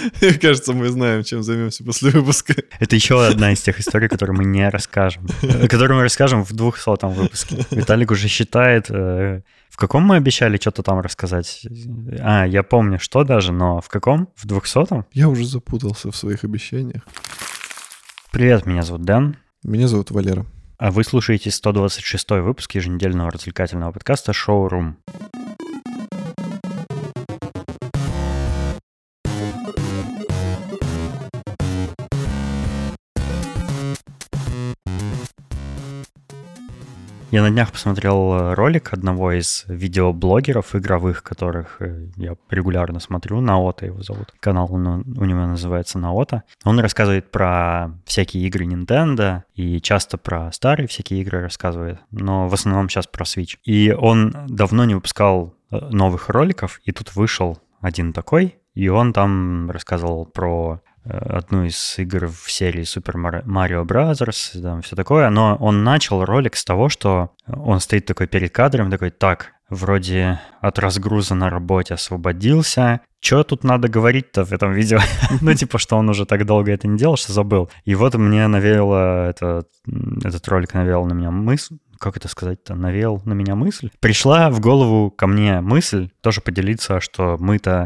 Мне кажется, мы знаем, чем займемся после выпуска. Это еще одна из тех историй, которые мы не расскажем. Которую мы расскажем в 200-м выпуске. Виталик уже считает... В каком мы обещали что-то там рассказать? Я помню, что даже, но в каком? В 200-м? Я уже запутался в своих обещаниях. Привет, меня зовут Дэн. Меня зовут Валера. А вы слушаете 126-й выпуск еженедельного развлекательного подкаста «Шоурум». Я на днях посмотрел ролик одного из видеоблогеров игровых, которых я регулярно смотрю. Наота его зовут. Канал у него называется Наота. Он рассказывает про всякие игры Nintendo и часто про старые всякие игры рассказывает, но в основном сейчас про Switch. И он давно не выпускал новых роликов, и тут вышел один такой, и он там рассказывал про одну из игр в серии Super Mario Bros., там все такое, но он начал ролик с того, что он стоит такой перед кадром, такой, так, вроде от разгруза на работе освободился, что тут надо говорить-то в этом видео? Ну, типа, что он уже так долго это не делал, что забыл. И вот мне навеяло, этот ролик навеял на меня мысль, как это сказать-то, навеял на меня мысль. Пришла в голову ко мне мысль тоже поделиться, что мы-то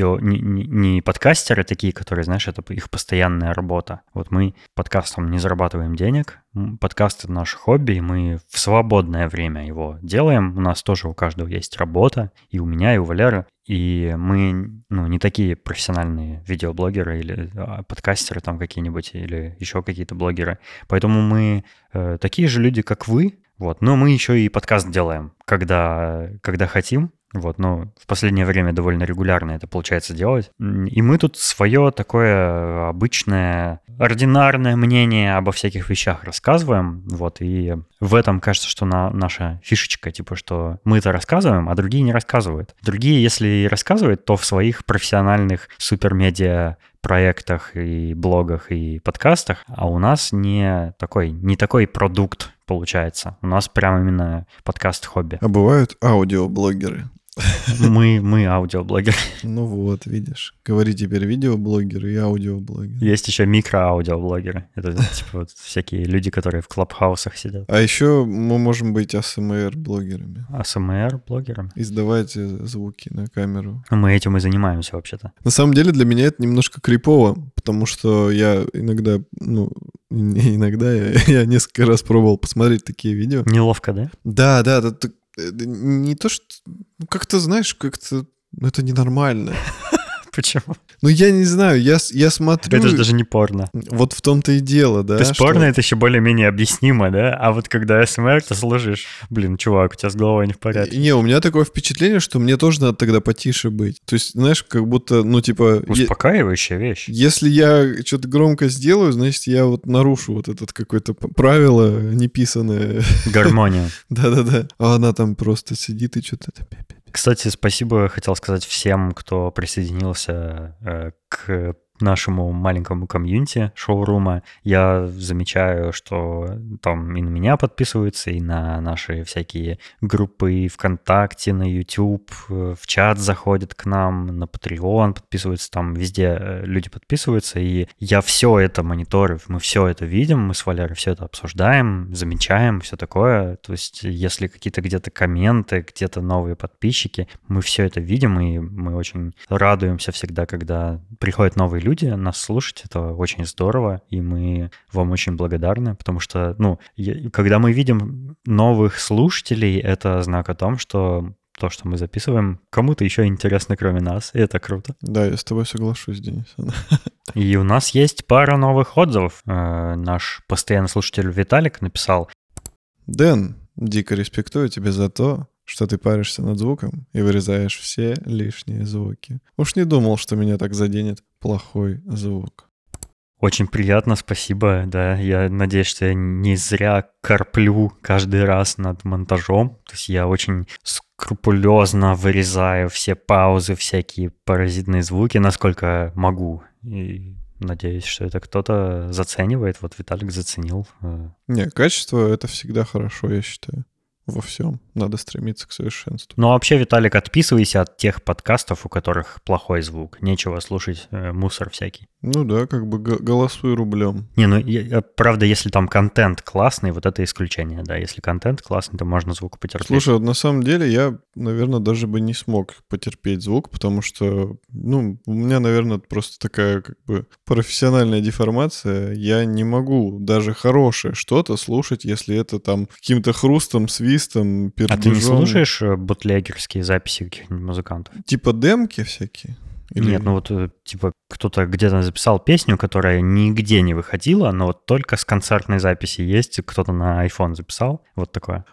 не подкастеры такие, которые, знаешь, это их постоянная работа. Вот мы подкастом не зарабатываем денег, подкаст — это наше хобби, и мы в свободное время его делаем. У нас тоже у каждого есть работа, и у меня, и у Валеры. И мы, не такие профессиональные видеоблогеры или подкастеры там какие-нибудь, или еще какие-то блогеры. Поэтому мы такие же люди, как вы. Вот. Но мы еще и подкаст делаем, когда хотим. Вот, но в последнее время довольно регулярно это получается делать. И мы тут свое такое обычное, ординарное мнение обо всяких вещах рассказываем. Вот, и в этом кажется, что наша фишечка, типа, что мы-то рассказываем, а другие не рассказывают. Другие, если и рассказывают, то в своих профессиональных супермедиа проектах и блогах и подкастах, а у нас не такой продукт получается. У нас прям именно подкаст-хобби. А бывают аудиоблогеры? Мы аудиоблогеры. Ну вот, видишь. Говори теперь видеоблогеры и аудиоблогеры. Есть еще микроаудиоблогеры. Это типа вот всякие люди, которые в клабхаусах сидят. А еще мы можем быть АСМР-блогерами. АСМР-блогерами? Издавать звуки на камеру. Мы этим и занимаемся вообще-то. На самом деле для меня это немножко крипово, потому что я иногда, я несколько раз пробовал посмотреть такие видео. Неловко, да? Да, не то, что... Как-то, знаешь, это ненормально. Почему? Я не знаю, я смотрю... Это же даже не порно. Вот в том-то и дело, да. То есть порно это еще более-менее объяснимо, да? А вот когда СМР, ты слушаешь, чувак, у тебя с головой не в порядке. Не, у меня такое впечатление, что мне тоже надо тогда потише быть. То есть, знаешь, как будто, успокаивающая вещь. Если я что-то громко сделаю, значит, я вот нарушу вот это какое-то правило неписанное. Гармония. Да-да-да. А она там просто сидит и что-то... Кстати, спасибо хотел сказать всем, кто присоединился к нашему маленькому комьюнити шоурума. Я замечаю, что там и на меня подписываются, и на наши всякие группы ВКонтакте, на YouTube, в чат заходят к нам, на Patreon подписываются, там везде люди подписываются, и я все это мониторю, мы все это видим, мы с Валерой все это обсуждаем, замечаем, все такое. То есть если какие-то где-то комменты, где-то новые подписчики, мы все это видим, и мы очень радуемся всегда, когда приходят новые люди нас слушать, это очень здорово, и мы вам очень благодарны, потому что, когда мы видим новых слушателей, это знак о том, что то, что мы записываем, кому-то еще интересно, кроме нас, и это круто. Да, я с тобой соглашусь, Денис. И у нас есть пара новых отзывов. Наш постоянный слушатель Виталик написал: Дэн, дико респектую тебе за то, что ты паришься над звуком и вырезаешь все лишние звуки. Уж не думал, что меня так заденет плохой звук. Очень приятно, спасибо, да. Я надеюсь, что я не зря корплю каждый раз над монтажом. То есть я очень скрупулезно вырезаю все паузы, всякие паразитные звуки, насколько могу. И надеюсь, что это кто-то заценивает. Вот Виталик заценил. Не, качество — это всегда хорошо, я считаю. во всем. Надо стремиться к совершенству. Ну, вообще, Виталик, отписывайся от тех подкастов, у которых плохой звук. Нечего слушать мусор всякий. Ну да, как бы голосуй рублем. Не, ну, правда, если там контент классный, вот это исключение, да. Если контент классный, то можно звук потерпеть. Слушай, вот на самом деле я, наверное, даже бы не смог потерпеть звук, потому что, ну, у меня, наверное, просто такая как бы профессиональная деформация. Я не могу даже хорошее что-то слушать, если это там каким-то хрустом, свистом, пердежом. А ты не слушаешь бутлегерские записи каких-нибудь музыкантов? Типа демки всякие? Или... Нет, ну вот типа кто-то где-то записал песню, которая нигде не выходила, но вот только с концертной записи есть, кто-то на iPhone записал, вот такое.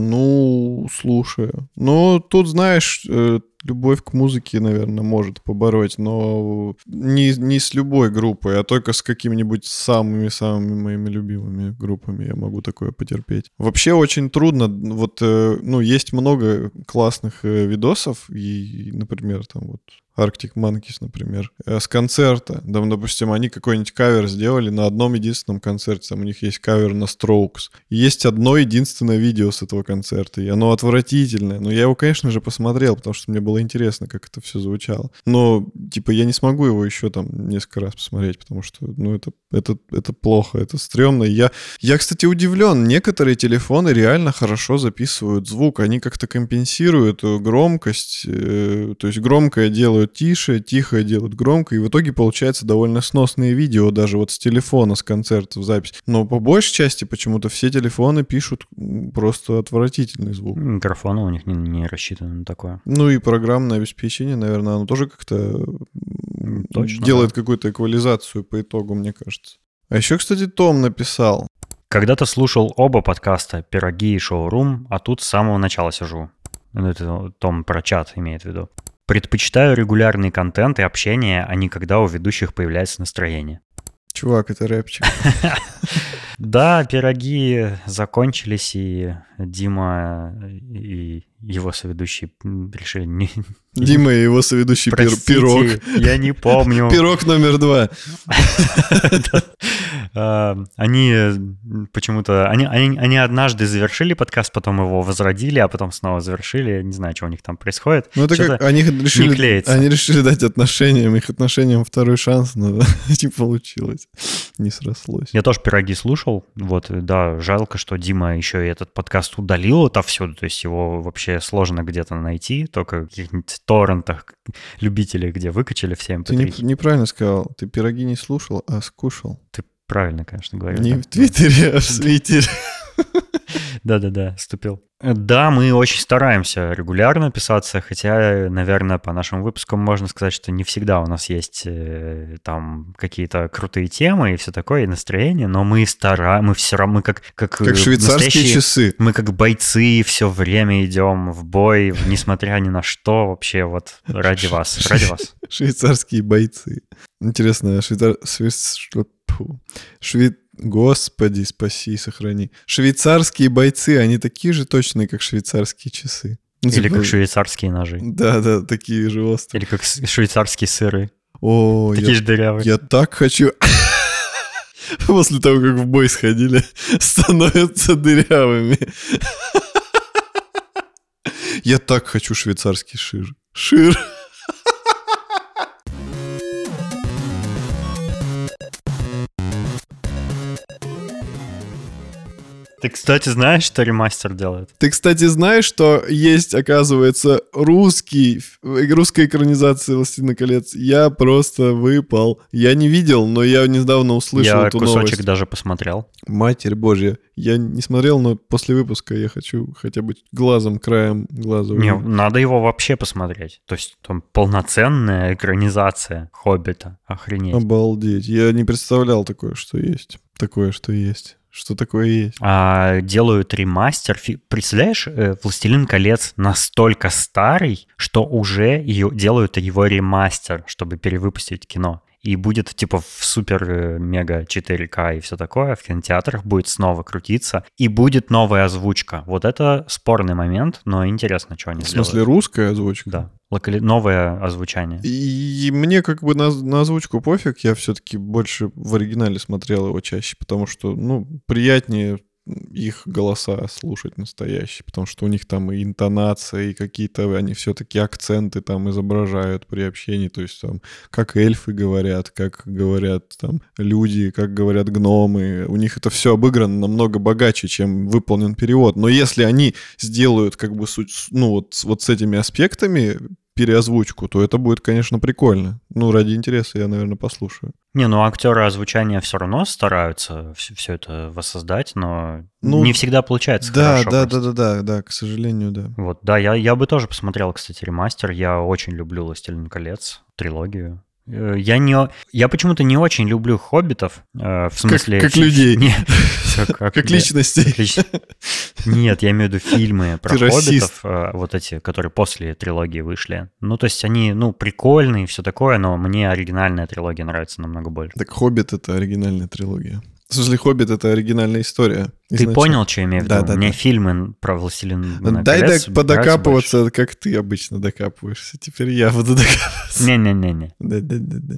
Ну, слушаю. Ну, тут, знаешь, любовь к музыке, наверное, может побороть, но не с любой группой, а только с какими-нибудь самыми-самыми моими любимыми группами я могу такое потерпеть. Вообще очень трудно, вот, ну, есть много классных видосов, и, например, там вот Arctic Monkeys, например, с концерта. Там, допустим, они какой-нибудь кавер сделали на одном единственном концерте. Там у них есть кавер на Strokes. И есть одно единственное видео с этого концерта. И оно отвратительное. Но я его, конечно же, посмотрел, потому что мне было интересно, как это все звучало. Но, типа, я не смогу его еще там несколько раз посмотреть, потому что, ну, это плохо, это стрёмно. Я, кстати, удивлен. Некоторые телефоны реально хорошо записывают звук. Они как-то компенсируют громкость. То есть громкое делают тише, тихое делают громко, и в итоге получается довольно сносные видео даже вот с телефона, с концертов запись. Но по большей части почему-то все телефоны пишут просто отвратительный звук. Микрофоны у них не рассчитаны на такое. Ну и программное обеспечение, наверное, оно тоже как-то точно делает какую-то эквализацию по итогу, мне кажется. А еще, кстати, Том написал. Когда-то слушал оба подкаста «Пироги» и «Шоурум», а тут с самого начала сижу. Это Том про чат имеет в виду. Предпочитаю регулярный контент и общение, а не когда у ведущих появляется настроение. Чувак, это рэпчик. Да, пироги закончились, и Дима и его соведущий решили не... Дима и его соведущий пирог. Я не помню. Пирог номер 2. Они почему-то... Они однажды завершили подкаст, потом его возродили, а потом снова завершили. Я не знаю, что у них там происходит. Ну, это как они решили дать отношениям, их отношениям второй шанс, но не получилось. Не срослось. Я тоже пироги слушал. Вот, да, жалко, что Дима еще и этот подкаст удалил отовсюду. То есть его вообще сложно где-то найти, только в каких-нибудь торрентах любителей, где выкачали все MP3. Ты неправильно сказал. Ты пироги не слушал, а скушал. Ты правильно, конечно, говоришь. Не в Твиттере, а в Свитере. Да-да-да, вступил. Да, мы очень стараемся регулярно писаться, хотя, наверное, по нашим выпускам можно сказать, что не всегда у нас есть там какие-то крутые темы и все такое, и настроение, но мы все равно, мы как швейцарские часы. Мы как бойцы все время идем в бой, несмотря ни на что, вообще вот ради вас. Швейцарские бойцы. Интересно, Господи, спаси и сохрани. Швейцарские бойцы, они такие же точные, как швейцарские часы. Или как швейцарские ножи. Да, такие же острые. Или как швейцарские сыры. О, такие же дырявые. Я так хочу... После того, как в бой сходили, становятся дырявыми. Я так хочу швейцарский шир. Ты, кстати, знаешь, что ремастер делает? Ты, кстати, знаешь, что есть, оказывается, русская экранизация «Властелина колец»? Я просто выпал. Я не видел, но я недавно услышал эту новость. Я кусочек даже посмотрел. Матерь Божья. Я не смотрел, но после выпуска я хочу хотя бы краем глаза увидеть. Не, надо его вообще посмотреть. То есть там полноценная экранизация «Хоббита». Охренеть. Обалдеть. Я не представлял такое, что есть. Что такое есть? Делают ремастер. Представляешь, «Властелин колец» настолько старый, что уже делают его ремастер, чтобы перевыпустить кино. И будет типа в супер-мега 4К и все такое. В кинотеатрах будет снова крутиться. И будет новая озвучка. Вот это спорный момент, но интересно, что они сделают. В смысле, русская озвучка? Да. Новое озвучание. И мне как бы на озвучку пофиг. Я все-таки больше в оригинале смотрел его чаще, потому что, приятнее их голоса слушать настоящие, потому что у них там и интонация, и какие-то они все-таки акценты там изображают при общении, то есть там как эльфы говорят, как говорят там люди, как говорят гномы, у них это все обыграно намного богаче, чем выполнен перевод. Но если они сделают как бы суть, ну вот с этими аспектами переозвучку, то это будет, конечно, прикольно. Ну, ради интереса я, наверное, послушаю. Не, ну актеры озвучания все равно стараются все это воссоздать, но не всегда получается хорошо. Да, к сожалению, да. Вот, да, я бы тоже посмотрел, кстати, ремастер. Я очень люблю «Властелин колец», трилогию. Я почему-то не очень люблю хоббитов, в смысле... Как людей. Нет, как личностей. Нет, я имею в виду фильмы про хоббитов, вот эти, которые после трилогии вышли. Ну, то есть они, прикольные и все такое, но мне оригинальная трилогия нравится намного больше. Так «Хоббит» — это оригинальная трилогия. В смысле, «Хоббит» — это оригинальная история. Ты понял, что я имею в виду? Да. Мне фильмы про «Властелин колец» Дай подокапываться, как ты обычно докапываешься. Теперь я буду докапываться. Не-не-не. Да.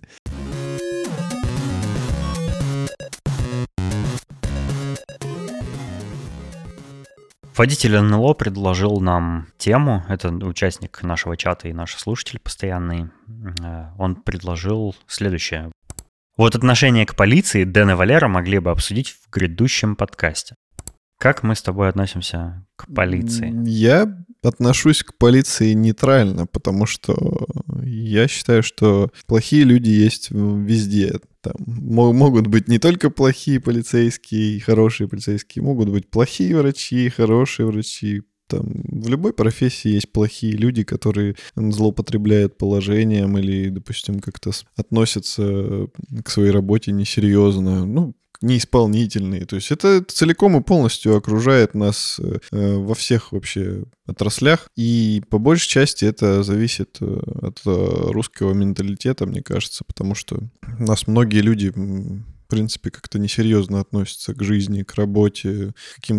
Водитель НЛО предложил нам тему. Это участник нашего чата и наш слушатель постоянный. Он предложил следующее. Вот отношение к полиции Дэн и Валера могли бы обсудить в грядущем подкасте. Как мы с тобой относимся к полиции? Я отношусь к полиции нейтрально, потому что я считаю, что плохие люди есть везде. Там могут быть не только плохие полицейские и хорошие полицейские, могут быть плохие врачи, хорошие врачи. Там в любой профессии есть плохие люди, которые злоупотребляют положением или, допустим, как-то относятся к своей работе несерьезно, неисполнительные. То есть это целиком и полностью окружает нас во всех вообще отраслях. И по большей части это зависит от русского менталитета, мне кажется, потому что у нас многие люди... в принципе, как-то несерьезно относятся к жизни, к работе,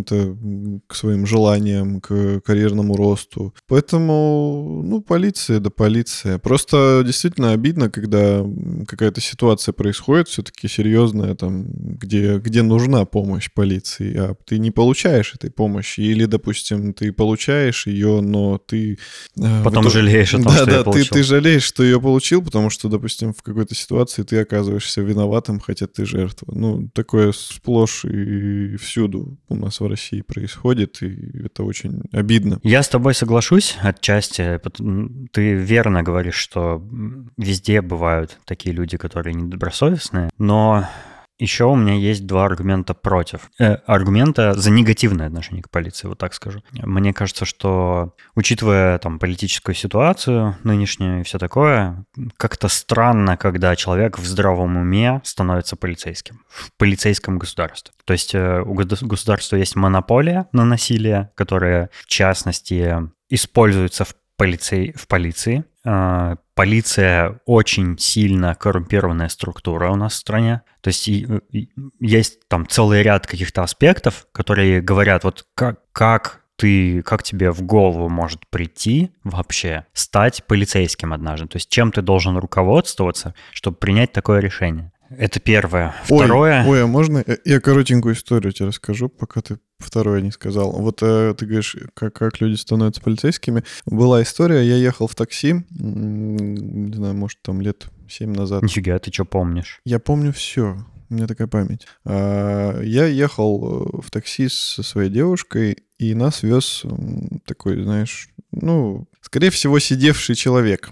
к своим желаниям, к карьерному росту. Поэтому, полиция, да полиция. Просто действительно обидно, когда какая-то ситуация происходит все-таки серьезная, там, где нужна помощь полиции, а ты не получаешь этой помощи. Или, допустим, ты получаешь ее, но ты... Потом жалеешь о том, что ее получил. Ты жалеешь, что ее получил, потому что, допустим, в какой-то ситуации ты оказываешься виноватым, хотя ты жертва. Такое сплошь и всюду у нас в России происходит, и это очень обидно. Я с тобой соглашусь отчасти. Ты верно говоришь, что везде бывают такие люди, которые недобросовестные, но... Еще у меня есть два аргумента против. Аргумента за негативное отношение к полиции, вот так скажу. Мне кажется, что, учитывая там политическую ситуацию нынешнюю и все такое, как-то странно, когда человек в здравом уме становится полицейским в полицейском государстве. То есть у государства есть монополия на насилие, которая, в частности, используется в полиции. Полиция очень сильно коррумпированная структура у нас в стране. То есть есть там целый ряд каких-то аспектов, которые говорят, вот как тебе в голову может прийти вообще стать полицейским однажды? То есть чем ты должен руководствоваться, чтобы принять такое решение? Это первое. Второе... Ой, а можно я коротенькую историю тебе расскажу, пока ты второе не сказал. Вот ты говоришь, как люди становятся полицейскими. Была история, я ехал в такси, не знаю, может, там лет 7 назад. Нифига, ты что помнишь? Я помню все. У меня такая память. Я ехал в такси со своей девушкой, и нас вез такой, знаешь, скорее всего, сидевший человек.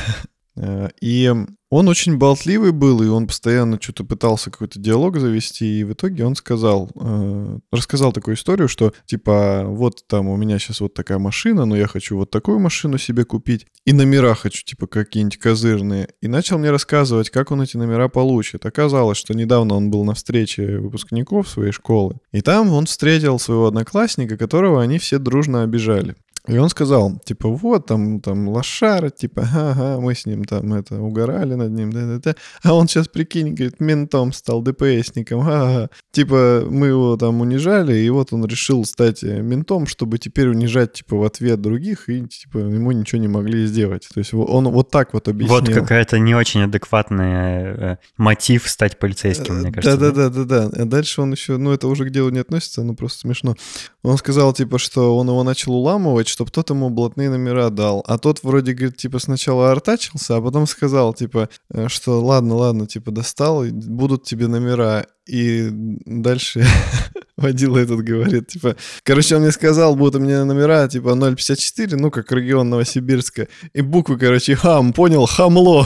И он очень болтливый был, и он постоянно что-то пытался какой-то диалог завести, и в итоге он рассказал такую историю, что типа вот там у меня сейчас вот такая машина, но я хочу вот такую машину себе купить, и номера хочу типа какие-нибудь козырные. И начал мне рассказывать, как он эти номера получит. Оказалось, что недавно он был на встрече выпускников своей школы, и там он встретил своего одноклассника, которого они все дружно обижали. И он сказал, типа, вот, там лошара, типа, ага, мы с ним там угорали над ним, да-да-да. А он сейчас, прикинь, говорит, ментом стал, ДПСником, ага. Типа, мы его там унижали, и вот он решил стать ментом, чтобы теперь унижать, типа, в ответ других, и, типа, ему ничего не могли сделать. То есть он вот так вот объяснил. Вот какая-то не очень адекватный мотив стать полицейским, мне кажется. Да-да-да. А дальше он еще, это уже к делу не относится, просто смешно. Он сказал, типа, что он его начал уламывать, чтобы тот ему блатные номера дал. А тот вроде, говорит, типа, сначала артачился, а потом сказал, типа, что ладно, типа, достал, будут тебе номера. И дальше водила этот говорит, типа, короче, он мне сказал, будут у меня номера, типа, 054, как регион Новосибирска. И буквы, короче, хам, понял, хамло.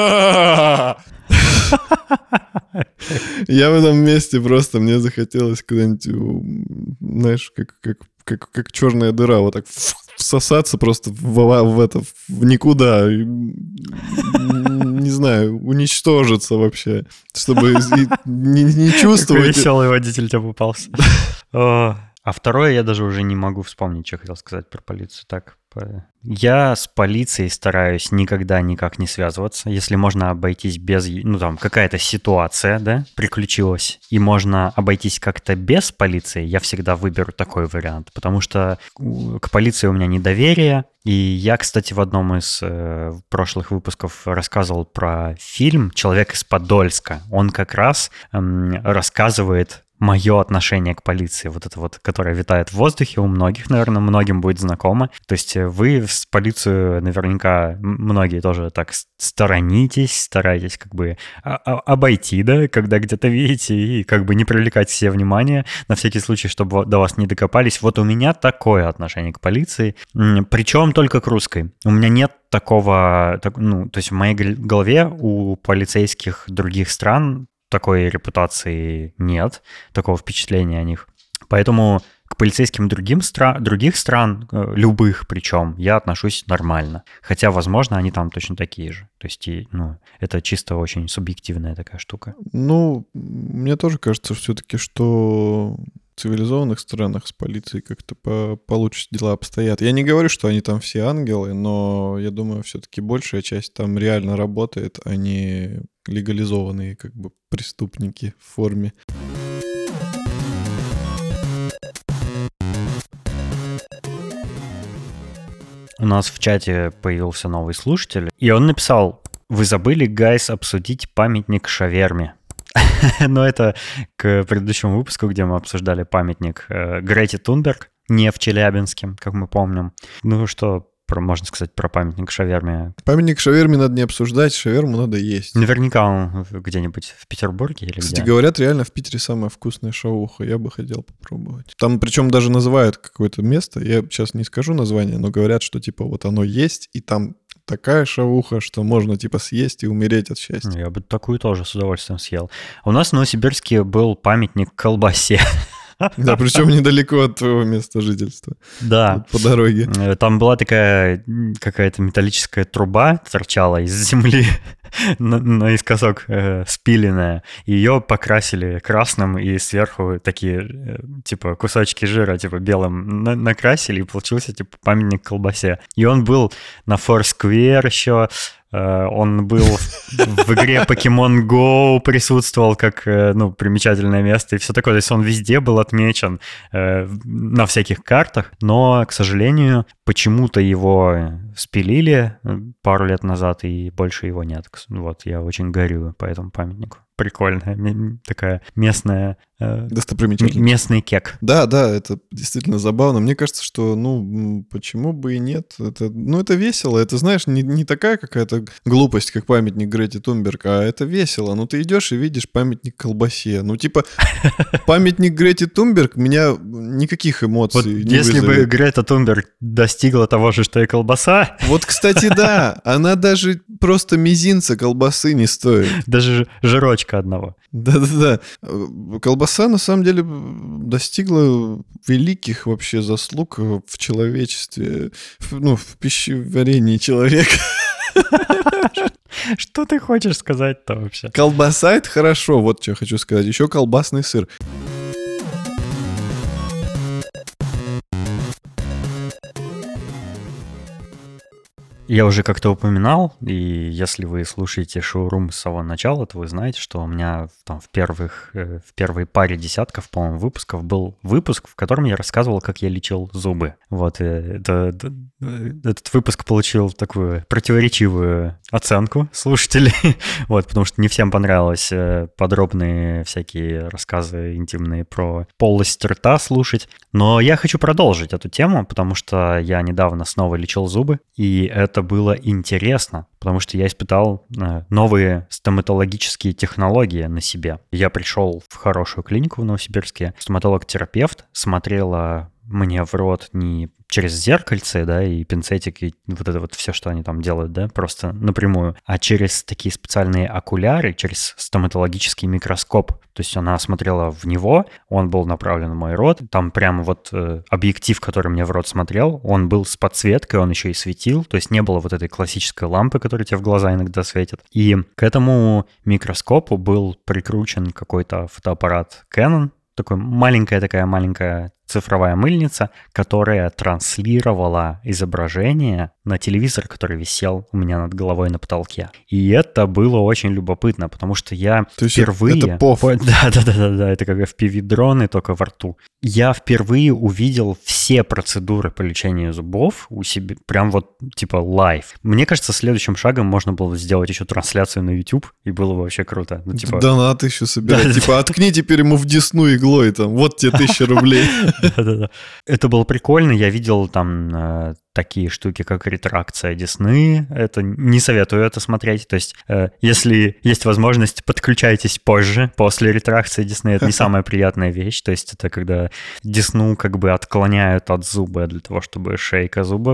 Я в этом месте просто, мне захотелось куда-нибудь, знаешь, как черная дыра, вот так всосаться просто в никуда, не знаю, уничтожиться вообще, чтобы не чувствовать. Какой веселый водитель тебе попался. А второе я даже уже не могу вспомнить, что хотел сказать про полицию. Так, я с полицией стараюсь никогда никак не связываться. Если можно обойтись без... там какая-то ситуация, да, приключилась, и можно обойтись как-то без полиции, я всегда выберу такой вариант. Потому что к полиции у меня недоверие. И я, кстати, в одном из прошлых выпусков рассказывал про фильм «Человек из Подольска». Он как раз рассказывает мое отношение к полиции, вот это вот, которое витает в воздухе, у многих, наверное, многим будет знакомо. То есть вы с полицию наверняка многие тоже так сторонитесь, стараетесь как бы обойти, да, когда где-то видите, и как бы не привлекать все внимание, на всякий случай, чтобы до вас не докопались. Вот у меня такое отношение к полиции, причем только к русской. У меня нет такого, то есть в моей голове у полицейских других стран такой репутации нет, такого впечатления о них. Поэтому к полицейским других стран, любых причем, я отношусь нормально. Хотя, возможно, они там точно такие же. То есть, это чисто очень субъективная такая штука. Мне тоже кажется все-таки, что в цивилизованных странах с полицией как-то получше дела обстоят. Я не говорю, что они там все ангелы, но я думаю, все-таки большая часть там реально работает, а не легализованные как бы преступники в форме. У нас в чате появился новый слушатель, и он написал: «Вы забыли, гайс, обсудить памятник шаверме». Но это к предыдущему выпуску, где мы обсуждали памятник Грете Тунберг, не в Челябинске, как мы помним. Что можно сказать про памятник шаверме? Памятник шаверме надо не обсуждать, шаверму надо есть. Наверняка он где-нибудь в Петербурге или Кстати, где? говорят, реально в Питере самая вкусная шавуха. Я бы хотел попробовать. Там причем даже называют какое-то место. Я сейчас не скажу название, но говорят, что типа вот оно есть, и там такая шавуха, что можно типа съесть и умереть от счастья. Я бы такую тоже с удовольствием съел. У нас в Новосибирске был памятник колбасе. Да, причем недалеко от твоего места жительства. Да. По дороге. Там была такая какая-то металлическая труба, торчала из земли, наискосок спиленная. Ее покрасили красным, и сверху такие, типа, кусочки жира, типа, белым накрасили, и получился, типа, памятник колбасе. И он был на Foursquare еще. Он был в игре Pokemon Go, присутствовал как, примечательное место и все такое. То есть он везде был отмечен на всяких картах, но, к сожалению, почему-то его спилили пару лет назад, и больше его нет. Вот, я очень горю по этому памятнику. Прикольная, такая местная... Достопримечательность. Местный кек. Да, это действительно забавно. Мне кажется, что, почему бы и нет. Это весело. Это, знаешь, не такая какая-то глупость, как памятник Грете Тунберг, а это весело. Ты идешь и видишь памятник колбасе. Памятник Грете Тунберг меня никаких эмоций не вызовет. Если бы Грета Тунберг достигла того же, что и колбаса... Вот, кстати, да. Она даже просто мизинца колбасы не стоит. Даже жирочка одного. Да. Колбаса, на самом деле, достигла великих вообще заслуг в человечестве, в пищеварении человека. Что ты хочешь сказать-то вообще? Колбаса — это хорошо, вот что я хочу сказать. Еще колбасный сыр. Я уже как-то упоминал, и если вы слушаете шоурум с самого начала, то вы знаете, что у меня там в первой паре десятков, по-моему, выпусков был выпуск, в котором я рассказывал, как я лечил зубы. Вот, этот выпуск получил такую противоречивую оценку слушателей, вот, потому что не всем понравилось подробные всякие рассказы интимные про полость рта слушать. Но я хочу продолжить эту тему, потому что я недавно снова лечил зубы, и это было интересно, потому что я испытал новые стоматологические технологии на себе. Я пришел в хорошую клинику в Новосибирске. Стоматолог-терапевт смотрела мне в рот не через зеркальце, да, и пинцетик, и вот это вот все, что они там делают, да, просто напрямую, а через такие специальные окуляры, через стоматологический микроскоп. То есть она смотрела в него, он был направлен в мой рот, там прямо вот объектив, который мне в рот смотрел, он был с подсветкой, он еще и светил, то есть не было вот этой классической лампы, которая тебе в глаза иногда светит. И к этому микроскопу был прикручен какой-то фотоаппарат Canon, такая маленькая цифровая мыльница, которая транслировала изображение на телевизор, который висел у меня над головой на потолке. И это было очень любопытно, потому что я впервые... Это ПОВ. Да, это как FPV-дроны, только во рту. Я впервые увидел все процедуры по лечению зубов у себя, прям вот типа лайв. Мне кажется, следующим шагом можно было сделать еще трансляцию на YouTube, и было бы вообще круто. Ну, типа... Донат еще собирать. Типа, откни теперь ему в десну иглой, там, вот тебе 1000 рублей. Да-да-да. Это было прикольно. Я видел там такие штуки, как ретракция десны. Это не советую это смотреть. То есть, если есть возможность, подключайтесь позже, после ретракции десны. Это не самая приятная вещь. То есть, это когда десну как бы отклоняют от зуба для того, чтобы шейка зуба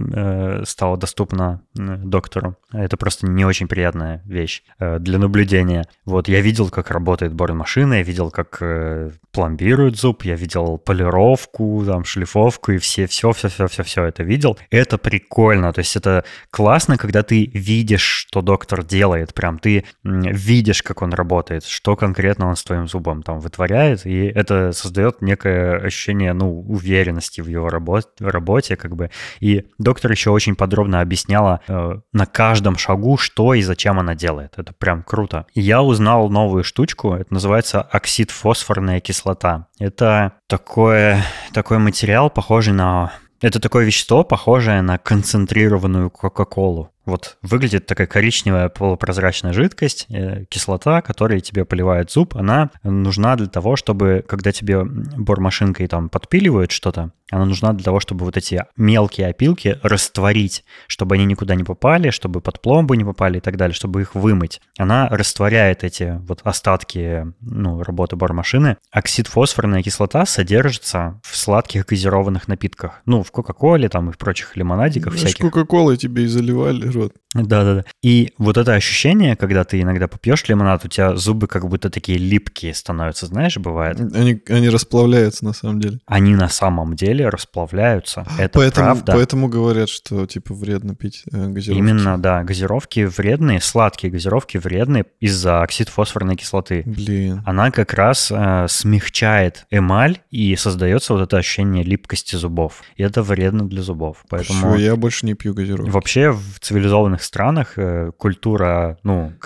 стала доступна доктору. Это просто не очень приятная вещь для наблюдения. Вот, я видел, как работает бормашина, я видел, как пломбируют зуб, я видел полировку, там, шлифовку и все это видел. Это прикольно, то есть это классно, когда ты видишь, что доктор делает, прям ты видишь, как он работает, что конкретно он с твоим зубом там вытворяет, и это создает некое ощущение, уверенности в его работе, как бы. И доктор еще очень подробно объясняла на каждом шагу, что и зачем она делает. Это прям круто. И я узнал новую штучку, это называется оксидфосфорная кислота. Это такой материал, похожий на... Это такое вещество, похожее на концентрированную Кока-Колу. Вот выглядит такая коричневая полупрозрачная жидкость, кислота, которой тебе поливает зуб, она нужна для того, чтобы, когда тебе бормашинкой там подпиливают что-то, она нужна для того, чтобы вот эти мелкие опилки растворить, чтобы они никуда не попали, чтобы под пломбу не попали и так далее, чтобы их вымыть. Она растворяет эти вот остатки, работы бормашины. Оксидфосфорная кислота содержится в сладких газированных напитках. В Кока-Коле там и в прочих лимонадиках всяких. Кока-Колой тебе и заливали рот. Да. И вот это ощущение, когда ты иногда попьешь лимонад, у тебя зубы как будто такие липкие становятся, знаешь, бывает. Они расплавляются на самом деле. Они на самом деле расплавляются. Это правда. Поэтому говорят, что типа вредно пить газировки. Именно, да. Газировки вредные, сладкие газировки вредные из-за оксидфосфорной кислоты. Блин. Она как раз смягчает эмаль и создается вот это ощущение липкости зубов. И это вредно для зубов. Поэтому... Все, я больше не пью газировки. Вообще в цивилизованных странах культура,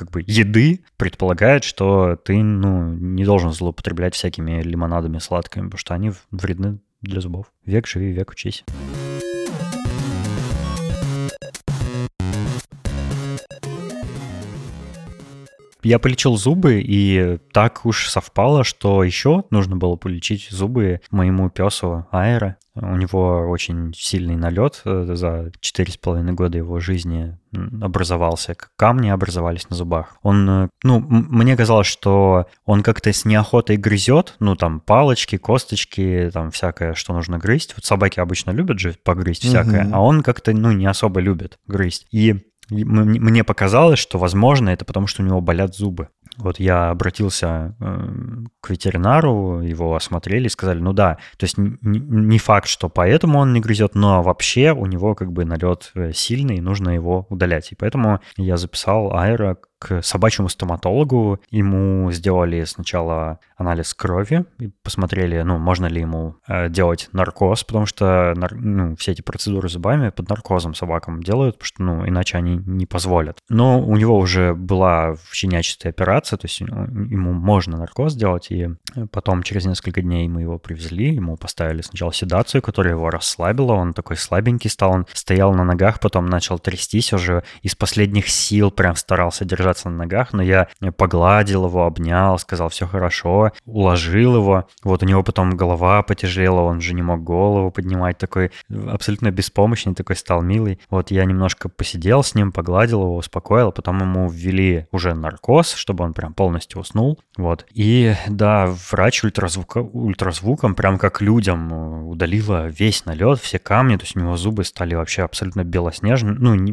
еды предполагает, что ты, не должен злоупотреблять всякими лимонадами сладкими, потому что они вредны для зубов. Век живи, век учись. Я полечил зубы, и так уж совпало, что еще нужно было полечить зубы моему песу Аэро. У него очень сильный налет за 4,5 года его жизни образовался, камни образовались на зубах. Он, мне казалось, что он как-то с неохотой грызет, там палочки, косточки, там всякое, что нужно грызть. Вот собаки обычно любят же погрызть всякое, а он как-то, не особо любит грызть. И мне показалось, что, возможно, это потому, что у него болят зубы. Вот я обратился к ветеринару, его осмотрели и сказали, то есть не факт, что поэтому он не грызет, но вообще у него как бы налет сильный, нужно его удалять. И поэтому я записал Аэро к собачьему стоматологу. Ему сделали сначала анализ крови и посмотрели, можно ли ему делать наркоз, потому что все эти процедуры с зубами под наркозом собакам делают, потому что иначе они не позволят. Но у него уже была щенячья операция, то есть ему можно наркоз делать, и потом через несколько дней мы его привезли, ему поставили сначала седацию, которая его расслабила, он такой слабенький стал, он стоял на ногах, потом начал трястись уже, из последних сил прям старался держаться на ногах, но я погладил его, обнял, сказал, все хорошо, уложил его, вот у него потом голова потяжела, он же не мог голову поднимать, такой абсолютно беспомощный, такой стал милый. Вот я немножко посидел с ним, погладил его, успокоил, потом ему ввели уже наркоз, чтобы он прям полностью уснул, вот. И да, врач ультразвуком прям как людям удалила весь налет, все камни, то есть у него зубы стали вообще абсолютно белоснежные,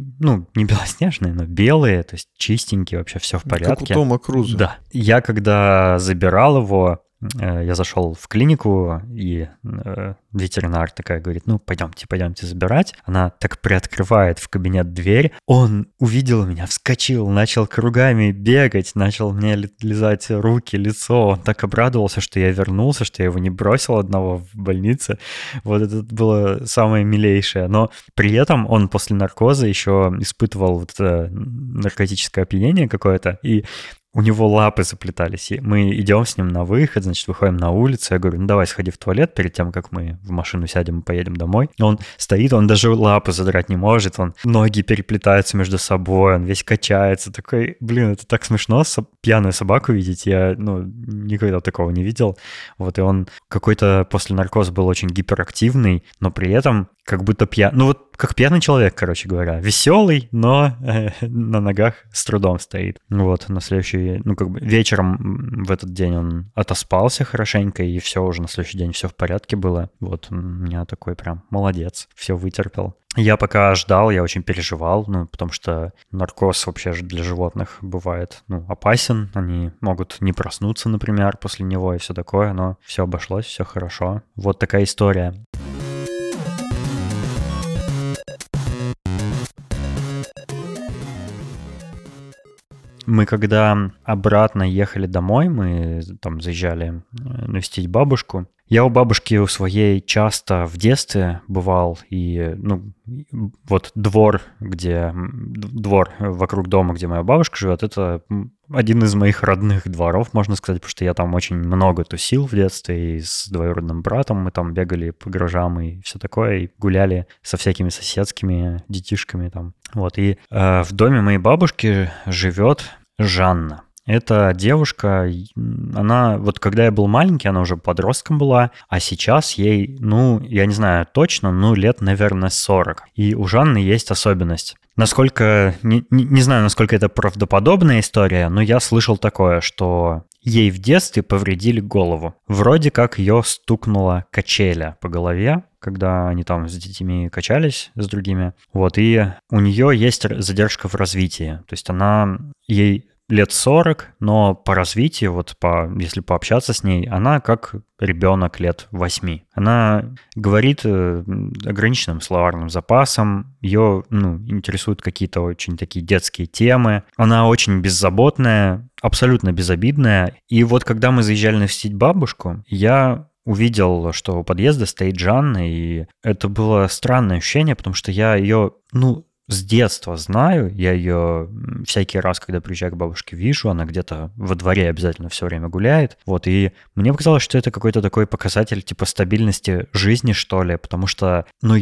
не белоснежные, но белые, то есть чистенькие, вообще все в порядке. Как у Тома Круза. Да. Я когда забирал его, я зашел в клинику, и ветеринар такая говорит, пойдемте забирать. Она так приоткрывает в кабинет дверь. Он увидел меня, вскочил, начал кругами бегать, начал мне лизать руки, лицо. Он так обрадовался, что я вернулся, что я его не бросил одного в больнице. Вот это было самое милейшее. Но при этом он после наркоза еще испытывал вот это наркотическое опьянение какое-то, и у него лапы заплетались. И мы идем с ним на выход, значит, выходим на улицу. Я говорю, давай сходи в туалет перед тем, как мы в машину сядем и поедем домой. Он стоит, он даже лапы задрать не может, ноги переплетаются между собой, он весь качается. Такой, это так смешно, пьяную собаку видеть. Я, никогда такого не видел. Вот, и он какой-то после наркоза был очень гиперактивный, но при этом как будто как пьяный человек, короче говоря. Веселый, но на ногах с трудом стоит. Вот, на следующий, вечером в этот день он отоспался хорошенько, и все, уже на следующий день все в порядке было. Вот, у меня такой прям молодец, все вытерпел. Я пока ждал, я очень переживал, потому что наркоз вообще же для животных бывает, опасен. Они могут не проснуться, например, после него и все такое, но все обошлось, все хорошо. Вот такая история. Мы когда обратно ехали домой, мы там заезжали навестить бабушку. Я у бабушки у своей часто в детстве бывал, и, вот двор вокруг дома, где моя бабушка живет, это один из моих родных дворов, можно сказать, потому что я там очень много тусил в детстве, и с двоюродным братом мы там бегали по гаражам и все такое, и гуляли со всякими соседскими детишками там. Вот, и в доме моей бабушки живет Жанна. Эта девушка, она, вот когда я был маленький, она уже подростком была, а сейчас ей, я не знаю точно, лет, наверное, 40. И у Жанны есть особенность. Насколько, не знаю, насколько это правдоподобная история, но я слышал такое, что ей в детстве повредили голову. Вроде как ее стукнула качеля по голове, когда они там с детьми качались, с другими. Вот, и у нее есть задержка в развитии. То есть ей лет 40, но по развитию, если пообщаться с ней, она как ребенок лет 8. Она говорит ограниченным словарным запасом, ее интересуют какие-то очень такие детские темы. Она очень беззаботная, абсолютно безобидная. И вот когда мы заезжали навестить бабушку, я увидел, что у подъезда стоит Жанна, и это было странное ощущение, потому что я ее, с детства знаю, я ее всякий раз, когда приезжаю к бабушке, вижу, она где-то во дворе обязательно все время гуляет, вот, и мне показалось, что это какой-то такой показатель типа стабильности жизни, что ли, потому что,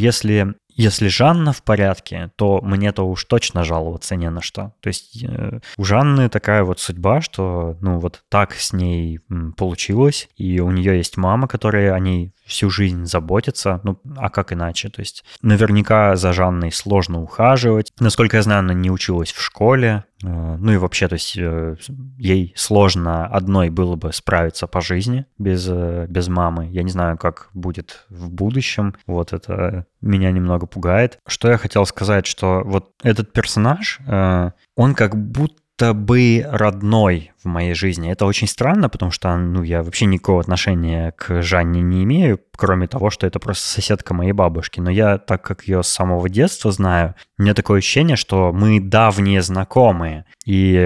если Жанна в порядке, то мне-то уж точно жаловаться не на что. То есть у Жанны такая вот судьба, что, так с ней получилось, и у нее есть мама, которая о ней всю жизнь заботится, а как иначе? То есть наверняка за Жанной сложно ухаживать. Насколько я знаю, она не училась в школе, и вообще, то есть ей сложно одной было бы справиться по жизни без мамы. Я не знаю, как будет в будущем. Вот это меня немного пугает. Что я хотел сказать, что вот этот персонаж, он как будто бы родной в моей жизни. Это очень странно, потому что, я вообще никакого отношения к Жанне не имею, кроме того, что это просто соседка моей бабушки. Но я, так как ее с самого детства знаю, у меня такое ощущение, что мы давние знакомые. И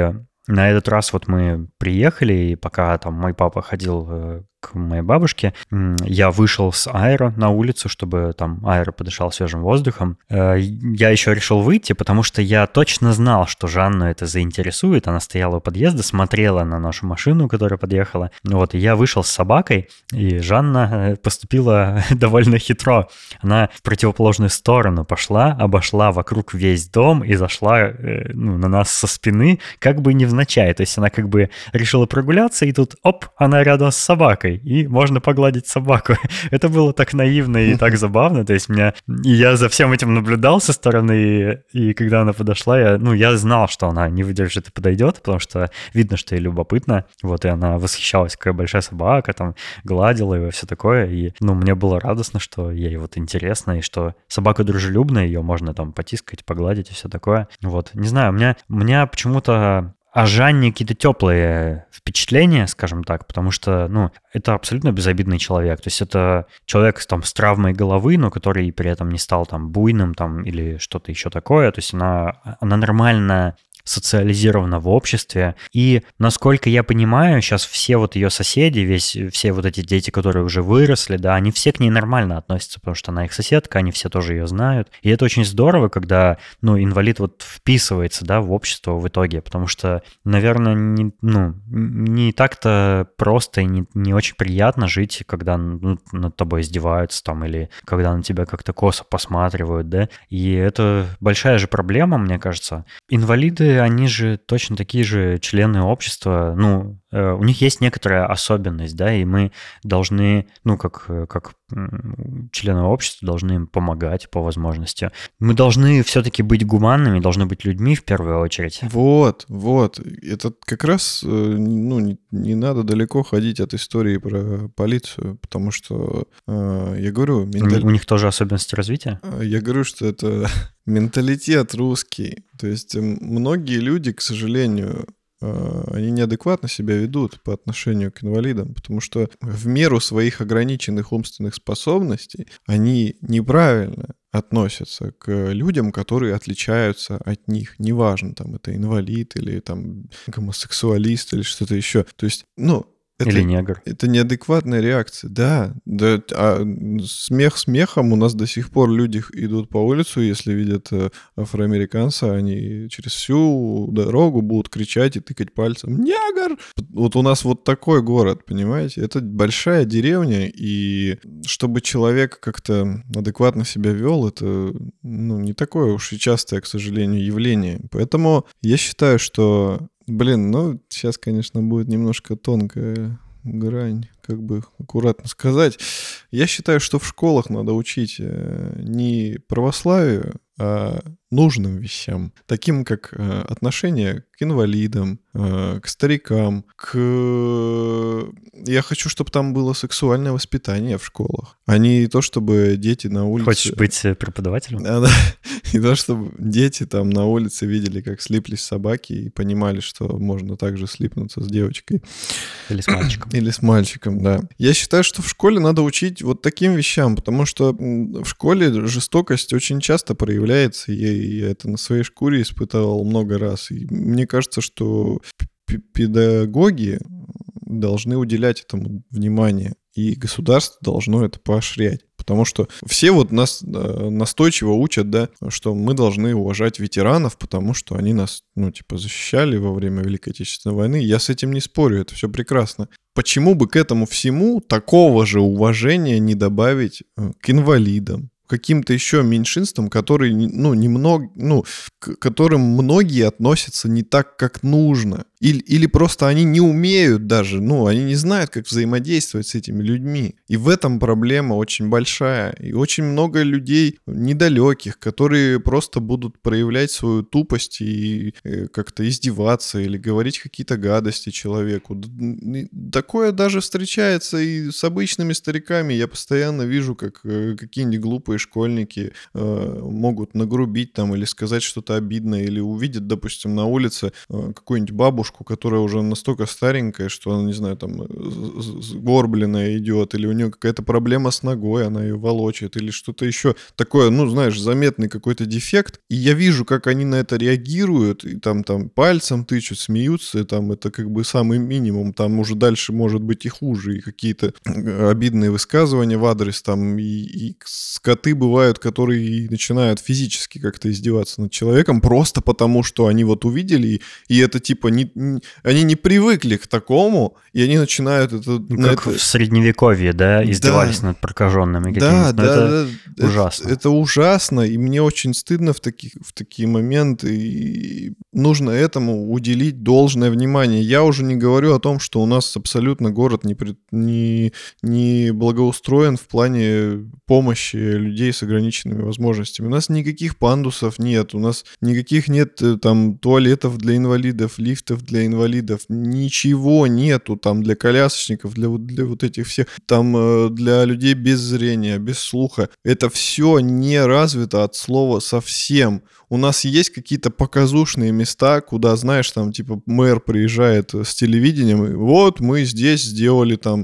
на этот раз вот мы приехали, и пока там мой папа ходил к моей бабушке, я вышел с Аэро на улицу, чтобы там Аэро подышал свежим воздухом. Я еще решил выйти, потому что я точно знал, что Жанну это заинтересует. Она стояла у подъезда, смотрела на нашу машину, которая подъехала. Вот, и я вышел с собакой, и Жанна поступила довольно хитро. Она в противоположную сторону пошла, обошла вокруг весь дом и зашла на нас со спины, как бы невзначай. То есть она как бы решила прогуляться, и тут, оп, она рядом с собакой. И можно погладить собаку. Это было так наивно и так забавно. То есть я за всем этим наблюдал со стороны, и когда она подошла, я знал, что она не выдержит и подойдет, потому что видно, что ей любопытно. Вот, и она восхищалась, какая большая собака, там, гладила его, все такое. И, мне было радостно, что ей вот интересно, и что собака дружелюбная, ее можно там потискать, погладить и все такое. Вот, не знаю, у меня почему-то о Жанне какие-то теплые впечатления, скажем так, потому что, это абсолютно безобидный человек. То есть это человек там с травмой головы, но который при этом не стал там буйным там или что-то еще такое. То есть она нормально социализирована в обществе. И, насколько я понимаю, сейчас все вот ее соседи, все вот эти дети, которые уже выросли, да, они все к ней нормально относятся, потому что она их соседка, они все тоже ее знают. И это очень здорово, когда, инвалид вот вписывается, да, в общество в итоге, потому что, наверное, не так-то просто и не очень приятно жить, когда над тобой издеваются там, или когда на тебя как-то косо посматривают, да. И это большая же проблема, мне кажется. Инвалиды, они же точно такие же члены общества, у них есть некоторая особенность, да, и мы должны, как члены общества, должны им помогать по возможности. Мы должны все-таки быть гуманными, должны быть людьми в первую очередь. Вот. Это как раз, не надо далеко ходить от истории про полицию, потому что, я говорю... У них тоже особенности развития? Я говорю, что это менталитет русский. То есть многие люди, к сожалению, они неадекватно себя ведут по отношению к инвалидам, потому что в меру своих ограниченных умственных способностей они неправильно относятся к людям, которые отличаются от них. Неважно, там, это инвалид или там гомосексуалист или что-то еще. То есть, или негр. Это неадекватная реакция. Да. А смех смехом, у нас до сих пор люди идут по улицу, если видят афроамериканца, они через всю дорогу будут кричать и тыкать пальцем: «Негр!» Вот у нас вот такой город, понимаете? Это большая деревня, и чтобы человек как-то адекватно себя вел, это не такое уж и частое, к сожалению, явление. Поэтому я считаю, что... сейчас, конечно, будет немножко тонкая грань, как бы аккуратно сказать. Я считаю, что в школах надо учить не православию, а нужным вещам, таким как отношение к инвалидам, к старикам, Я хочу, чтобы там было сексуальное воспитание в школах, а не то, чтобы дети на улице... Хочешь быть преподавателем? Да. И то, чтобы дети там на улице видели, как слиплись собаки, и понимали, что можно также слипнуться с девочкой. Или с мальчиком. Или с мальчиком, да. Я считаю, что в школе надо учить вот таким вещам, потому что в школе жестокость очень часто проявляется, и я это на своей шкуре испытывал много раз. И мне кажется, что педагоги должны уделять этому внимание, и государство должно это поощрять. Потому что все вот нас настойчиво учат, да, что мы должны уважать ветеранов, потому что они нас, защищали во время Великой Отечественной войны. Я с этим не спорю, это все прекрасно. Почему бы к этому всему такого же уважения не добавить к инвалидам, каким-то еще меньшинствам, которые, к которым многие относятся не так, как нужно. Или просто они не умеют даже, они не знают, как взаимодействовать с этими людьми. И в этом проблема очень большая. И очень много людей недалеких, которые просто будут проявлять свою тупость и как-то издеваться или говорить какие-то гадости человеку. Такое даже встречается и с обычными стариками. Я постоянно вижу, как какие-нибудь глупые школьники могут нагрубить там или сказать что-то обидное, или увидят, допустим, на улице какую-нибудь бабушку, бабушку, которая уже настолько старенькая, что она, не знаю, там сгорбленная идет, или у нее какая-то проблема с ногой, она ее волочит, или что-то еще такое, ну, знаешь, заметный какой-то дефект. И я вижу, как они на это реагируют, и там пальцем тычут, смеются, и там это как бы самый минимум, там уже дальше может быть и хуже, и какие-то обидные высказывания в адрес, там, и скоты бывают, которые начинают физически как-то издеваться над человеком, просто потому, что они вот увидели, и это типа, они не привыкли к такому, и они начинают это... Как в Средневековье, да, издевались над прокаженными какими-то. Да, это ужасно. Это ужасно, и мне очень стыдно в такие моменты, и нужно этому уделить должное внимание. Я уже не говорю о том, что у нас абсолютно город не благоустроен в плане помощи людей с ограниченными возможностями. У нас никаких пандусов нет, у нас никаких нет там туалетов для инвалидов, лифтов для инвалидов, ничего нету там для колясочников, для вот этих всех, там для людей без зрения, без слуха. Это все не развито от слова совсем. У нас есть какие-то показушные места, куда, знаешь, там, типа, мэр приезжает с телевидением, и вот мы здесь сделали там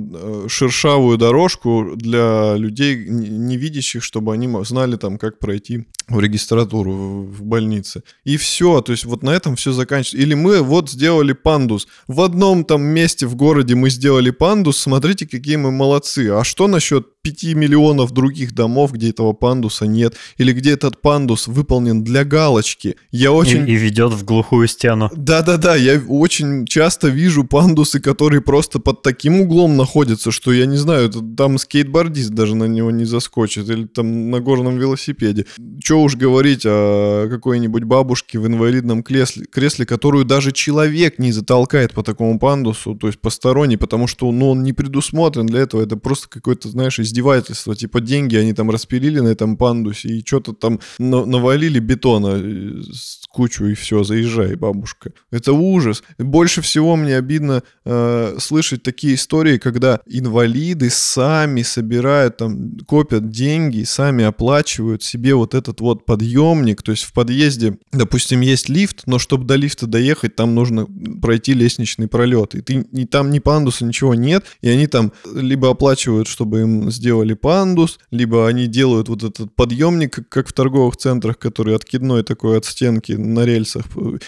шершавую дорожку для людей невидящих, чтобы они знали там, как пройти в регистратуру в больнице. И все, то есть вот на этом все заканчивается. Или мы вот сделали пандус. В одном там месте в городе мы сделали пандус, смотрите, какие мы молодцы. А что насчет 5 миллионов других домов, где этого пандуса нет? Или где этот пандус выполнен для галочки? Я очень... И ведет в глухую стену. Да-да-да, я очень часто вижу пандусы, которые просто под таким углом находятся, что, я не знаю, там скейтбордист даже на него не заскочит, или там на горном велосипеде. Чё уж говорить о какой-нибудь бабушке в инвалидном кресле, которую даже человек не затолкает по такому пандусу, то есть посторонний, потому что, ну, он не предусмотрен для этого, это просто какое-то, знаешь, издевательство, типа деньги они там распилили на этом пандусе и что-то там навалили бетона кучу, и все, заезжай, бабушка. Это ужас. Больше всего мне обидно слышать такие истории, когда инвалиды сами собирают, там, копят деньги, сами оплачивают себе вот этот вот подъемник, то есть в подъезде, допустим, есть лифт, но чтобы до лифта доехать, там нужно пройти лестничный пролет, и там ни пандуса, ничего нет, и они там либо оплачивают, чтобы им сделали пандус, либо они делают вот этот подъемник, как в торговых центрах, который откидной такой от стенки на рельсах.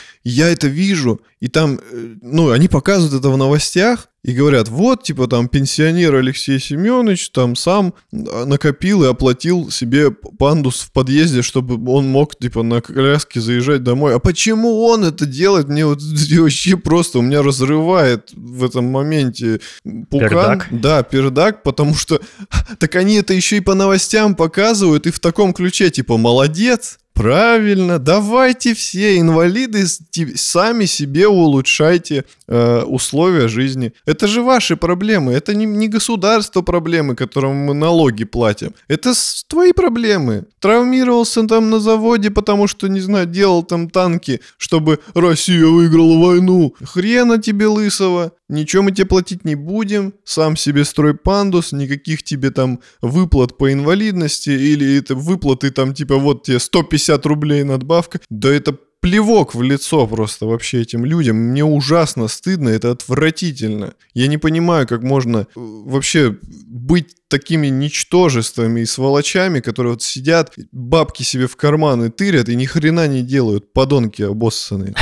Я это вижу, и там, ну, они показывают это в новостях, и говорят, вот, типа, там, пенсионер Алексей Семенович там сам накопил и оплатил себе пандус в подъезде, чтобы он мог, типа, на коляске заезжать домой. А почему он это делает? Мне вот вообще просто, у меня разрывает в этом моменте пукан. Пердак? Да, пердак, потому что так они это еще и по новостям показывают, и в таком ключе, типа, молодец. Правильно, давайте все инвалиды сами себе улучшайте условия жизни. Это же ваши проблемы, это не государство проблемы, которым мы налоги платим. Это твои проблемы. Травмировался там на заводе, потому что, не знаю, делал там танки, чтобы Россия выиграла войну. Хрена тебе лысого. Ничего мы тебе платить не будем, сам себе строй пандус, никаких тебе там выплат по инвалидности или это выплаты там типа вот тебе 150 рублей надбавка. Да это плевок в лицо просто вообще этим людям. Мне ужасно стыдно, это отвратительно. Я не понимаю, как можно вообще быть такими ничтожествами и сволочами, которые вот сидят, бабки себе в карманы тырят и ни хрена не делают, подонки обоссанные.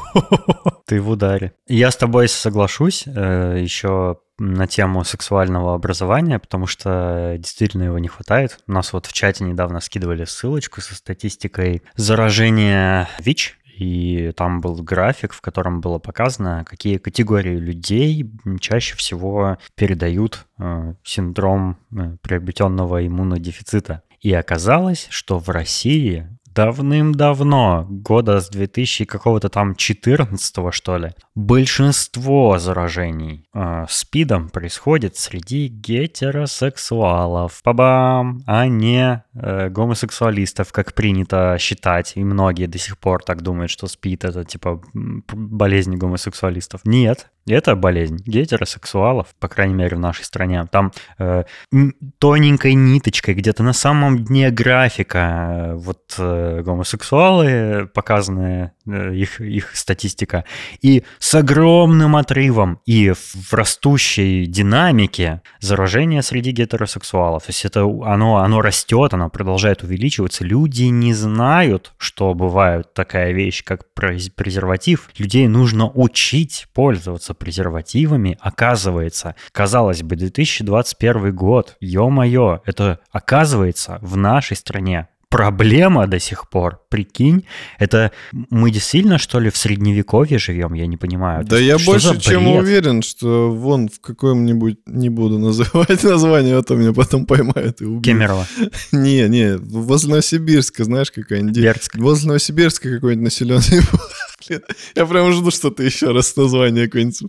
Ты в ударе. Я с тобой соглашусь еще на тему сексуального образования, потому что действительно его не хватает. У нас вот в чате недавно скидывали ссылочку со статистикой заражения ВИЧ, и там был график, в котором было показано, какие категории людей чаще всего передают синдром приобретенного иммунодефицита. И оказалось, что в России давным-давно, года с 2000 какого-то там 14-го, что ли, большинство заражений СПИДом происходит среди гетеросексуалов, па-бам, а не гомосексуалистов, как принято считать, и многие до сих пор так думают, что СПИД — это типа болезнь гомосексуалистов. Нет, И это болезнь гетеросексуалов, по крайней мере, в нашей стране. Там тоненькой ниточкой где-то на самом дне графика гомосексуалы, показанная их статистика, и с огромным отрывом и в растущей динамике заражение среди гетеросексуалов. То есть оно растет, оно продолжает увеличиваться. Люди не знают, что бывает такая вещь, как презерватив. Людей нужно учить пользоваться презервативами. Оказывается, казалось бы, 2021 год, ё-моё, это оказывается в нашей стране проблема до сих пор, прикинь. Это мы действительно, что ли, в средневековье живем? Я не понимаю. Да я больше чем уверен, что вон в каком-нибудь, не буду называть название, а то меня потом поймают и убьют. Кемерово. Не, возле Новосибирска, знаешь, какая-нибудь... Бердск. Возле Новосибирска какой-нибудь населенный... Я прям жду, что ты еще раз название какое-нибудь...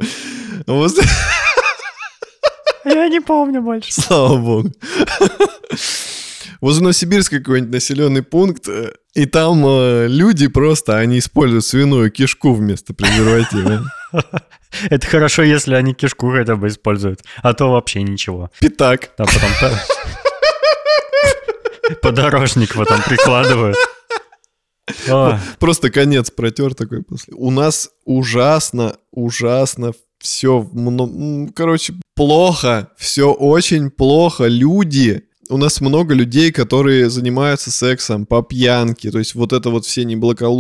Я не помню больше. Слава богу. Возле Новосибирска какой-нибудь населенный пункт, и там люди просто, они используют свиную кишку вместо презерватива. Это хорошо, если они кишку хотя бы используют, а то вообще ничего. Пятак. А потом подорожник потом прикладывают. Просто конец протер такой после. У нас ужасно все, короче, плохо, все очень плохо. Люди... У нас много людей, которые занимаются сексом по пьянке. То есть вот это вот все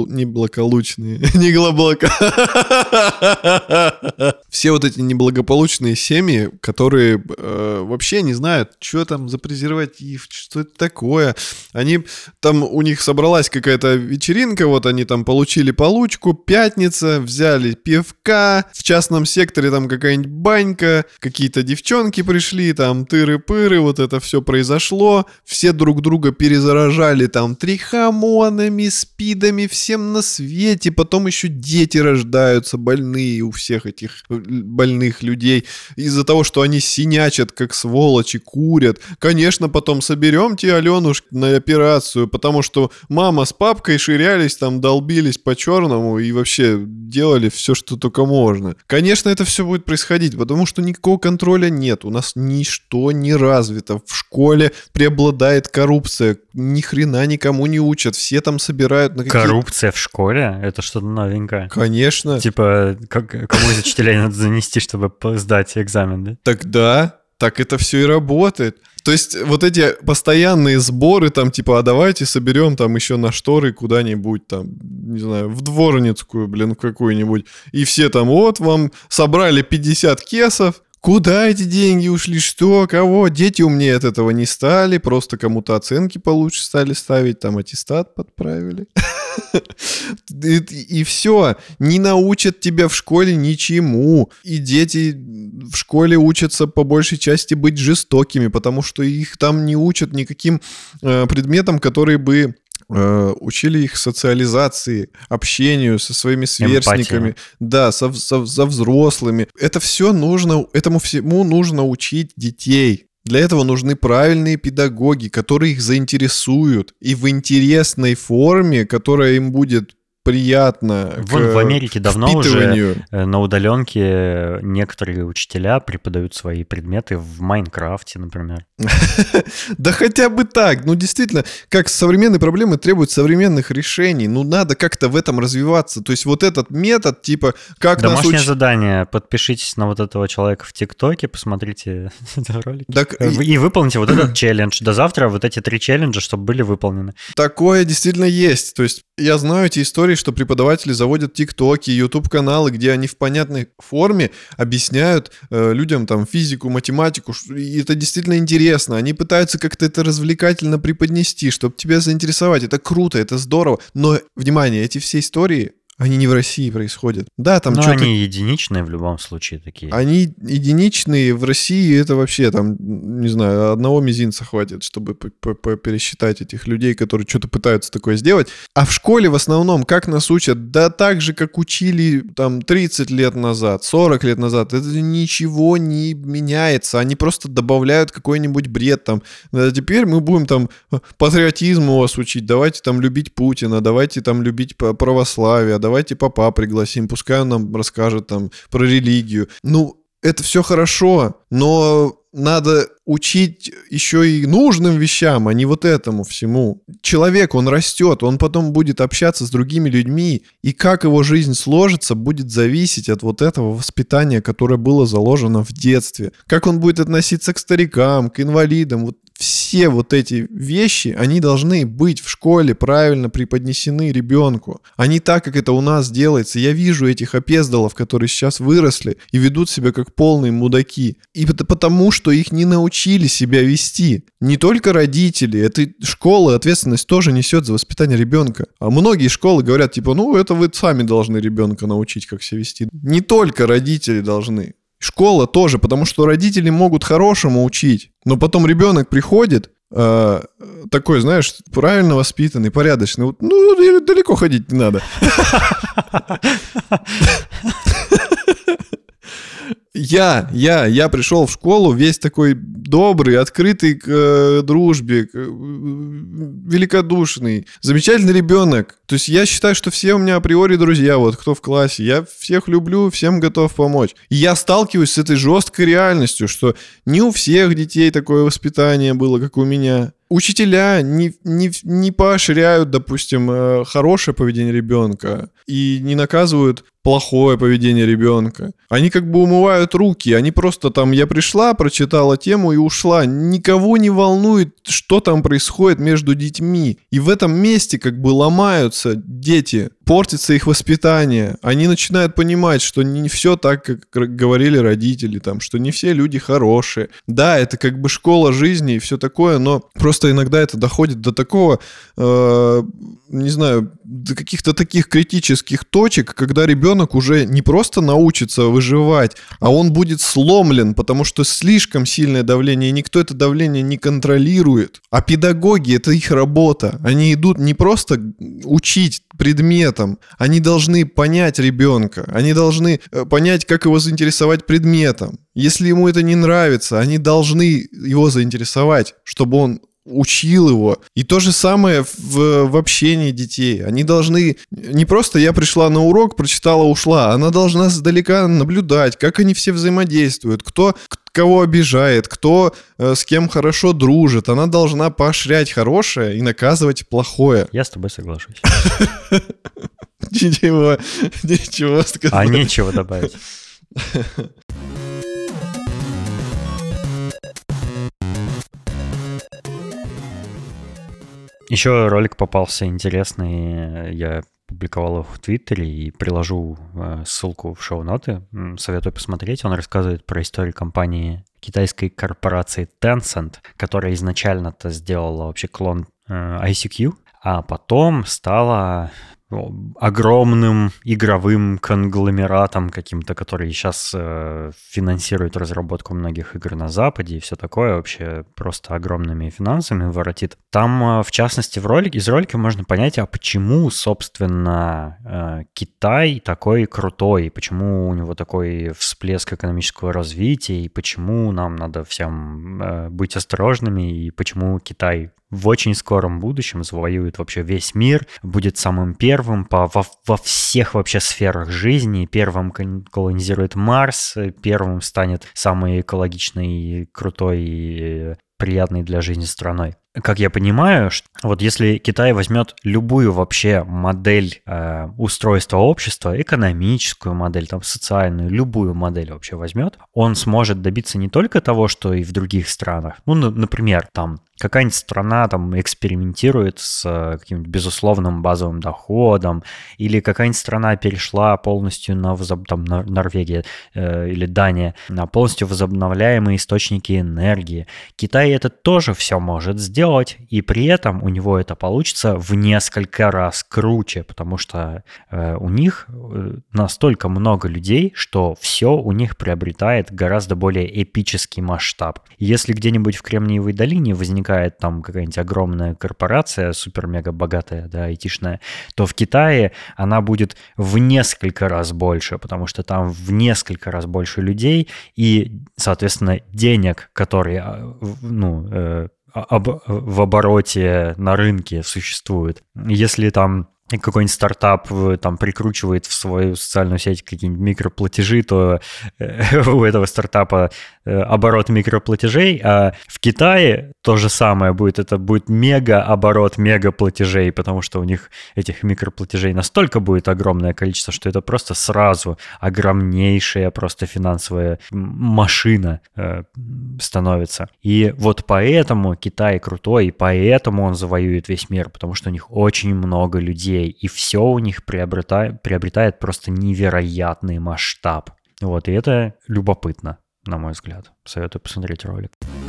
все вот эти неблагополучные семьи, которые вообще не знают, что там за презерватив, что это такое. Они там, у них собралась какая-то вечеринка, вот они там получили получку, пятница, взяли пивка, в частном секторе там какая-нибудь банька, какие-то девчонки пришли, там тыры-пыры, вот это все произошло. Все друг друга перезаражали там трихомонами, спидами, всем на свете. Потом еще дети рождаются больные у всех этих больных людей. Из-за того, что они синячат, как сволочи, курят. Конечно, потом соберемте Аленушку на операцию, потому что мама с папкой ширялись там, долбились по-черному и вообще делали все, что только можно. Конечно, это все будет происходить, потому что никакого контроля нет. У нас ничто не развито. В школе преобладает коррупция. Ни хрена никому не учат. Все там собирают на какие-то... Коррупция в школе? Это что-то новенькое. Конечно. Типа, кому из учителей надо занести, чтобы сдать экзамен, да? Тогда так это все и работает. То есть вот эти постоянные сборы там типа, а давайте соберем там еще на шторы куда-нибудь там, не знаю, в Дворницкую, какую-нибудь. И все там, вот вам собрали 50 кесов. Куда эти деньги ушли? Что? Кого? Дети умнее от этого не стали, просто кому-то оценки получше стали ставить, там аттестат подправили. И все. Не научат тебя в школе ничему. И дети в школе учатся по большей части быть жестокими, потому что их там не учат никаким предметам, которые бы учили их социализации, общению со своими сверстниками, эмпатия. Да, со взрослыми. Это все нужно, этому всему нужно учить детей. Для этого нужны правильные педагоги, которые их заинтересуют и в интересной форме, которая им будет приятно. Вон в Америке давно уже на удаленке некоторые учителя преподают свои предметы в Майнкрафте, например. Да хотя бы так. Ну, действительно, как современные проблемы требуют современных решений. Ну, надо как-то в этом развиваться. То есть вот этот метод, типа, как нас домашнее задание. Подпишитесь на вот этого человека в ТикТоке, посмотрите ролики. И выполните вот этот челлендж. До завтра вот эти 3 челленджа, чтобы были выполнены. Такое действительно есть. То есть я знаю эти истории, что преподаватели заводят ТикТоки, YouTube-каналы, где они в понятной форме объясняют людям там физику, математику. И это действительно интересно. Они пытаются как-то это развлекательно преподнести, чтобы тебя заинтересовать. Это круто, это здорово. Но, внимание, эти все истории... Они не в России происходят. Да, там но что-то... они единичные в любом случае такие. Они единичные. В России это вообще там, не знаю, одного мизинца хватит, чтобы пересчитать этих людей, которые что-то пытаются такое сделать. А в школе в основном как нас учат? Да так же, как учили там 30 лет назад, 40 лет назад. Это ничего не меняется. Они просто добавляют какой-нибудь бред там. А теперь мы будем там патриотизму вас учить. Давайте там любить Путина, давайте там любить православие, давайте папа пригласим, пускай он нам расскажет там про религию. Ну, это все хорошо, но надо учить еще и нужным вещам, а не вот этому всему. Человек, он растет, он потом будет общаться с другими людьми, и как его жизнь сложится, будет зависеть от вот этого воспитания, которое было заложено в детстве. Как он будет относиться к старикам, к инвалидам, вот все вот эти вещи, они должны быть в школе правильно преподнесены ребенку, а не так, как это у нас делается. Я вижу этих опездалов, которые сейчас выросли и ведут себя как полные мудаки. И это потому, что их не научили себя вести. Не только родители, это школа ответственность тоже несет за воспитание ребенка. А многие школы говорят, типа, ну, это вы сами должны ребенка научить, как себя вести. Не только родители должны. Школа тоже, потому что родители могут хорошему учить, но потом ребенок приходит, такой, знаешь, правильно воспитанный, порядочный. Вот, ну, далеко ходить не надо. Я пришел в школу весь такой добрый, открытый к дружбе, великодушный, замечательный ребенок. То есть я считаю, что все у меня априори друзья, вот кто в классе. Я всех люблю, всем готов помочь. И я сталкиваюсь с этой жесткой реальностью, что не у всех детей такое воспитание было, как у меня. Учителя не поощряют, допустим, хорошее поведение ребенка и не наказывают плохое поведение ребенка. Они как бы умывают руки, они просто там, я пришла, прочитала тему и ушла. Никого не волнует, что там происходит между детьми. И в этом месте как бы ломаются дети, портится их воспитание. Они начинают понимать, что не все так, как говорили родители, там, что не все люди хорошие. Да, это как бы школа жизни и все такое, но просто иногда это доходит до такого, не знаю, до каких-то таких критических точек, когда ребенок уже не просто научится выживать, а он будет сломлен, потому что слишком сильное давление, и никто это давление не контролирует. А педагоги — это их работа. Они идут не просто учить предметом, они должны понять ребенка, они должны понять, как его заинтересовать предметом. Если ему это не нравится, они должны его заинтересовать, чтобы он учил его. И то же самое в общении детей. Они должны не просто я пришла на урок, прочитала, ушла. Она должна сдалека наблюдать, как они все взаимодействуют, кто кого обижает, кто с кем хорошо дружит. Она должна поощрять хорошее и наказывать плохое. Я с тобой соглашусь. Ничего сказать. А нечего добавить. Еще ролик попался интересный, я публиковал его в Твиттере и приложу ссылку в шоу-ноты, советую посмотреть. Он рассказывает про историю компании китайской корпорации Tencent, которая изначально-то сделала вообще клон ICQ, а потом стала огромным игровым конгломератом каким-то, который сейчас финансирует разработку многих игр на Западе и все такое, вообще просто огромными финансами воротит. Там, в частности, из ролика можно понять, а почему, собственно, Китай такой крутой, почему у него такой всплеск экономического развития, и почему нам надо всем быть осторожными, и почему Китай в очень скором будущем завоюет вообще весь мир, будет самым первым во всех вообще сферах жизни, первым колонизирует Марс, первым станет самой экологичной, крутой и приятной для жизни страной. Как я понимаю, вот если Китай возьмет любую вообще модель устройства общества, экономическую модель, там, социальную, любую модель вообще возьмет, он сможет добиться не только того, что и в других странах. Ну, например, там какая-нибудь страна там экспериментирует с каким-нибудь безусловным базовым доходом, или какая-нибудь страна перешла полностью на Норвегия или Дания, на полностью возобновляемые источники энергии. Китай это тоже все может сделать, и при этом у него это получится в несколько раз круче, потому что у них настолько много людей, что все у них приобретает гораздо более эпический масштаб. Если где-нибудь в Кремниевой долине возникает там какая-нибудь огромная корпорация, супер-мега богатая, да, айтишная, то в Китае она будет в несколько раз больше, потому что там в несколько раз больше людей и, соответственно, денег, которые, в обороте на рынке существуют. Если там и какой-нибудь стартап там прикручивает в свою социальную сеть какие-нибудь микроплатежи, то у этого стартапа оборот микроплатежей, а в Китае то же самое будет. Это будет мега-оборот мегаплатежей, потому что у них этих микроплатежей настолько будет огромное количество, что это просто сразу огромнейшая просто финансовая машина становится. И вот поэтому Китай крутой, и поэтому он завоюет весь мир, потому что у них очень много людей, и все у них приобретает просто невероятный масштаб. Вот, и это любопытно, на мой взгляд. Советую посмотреть ролик.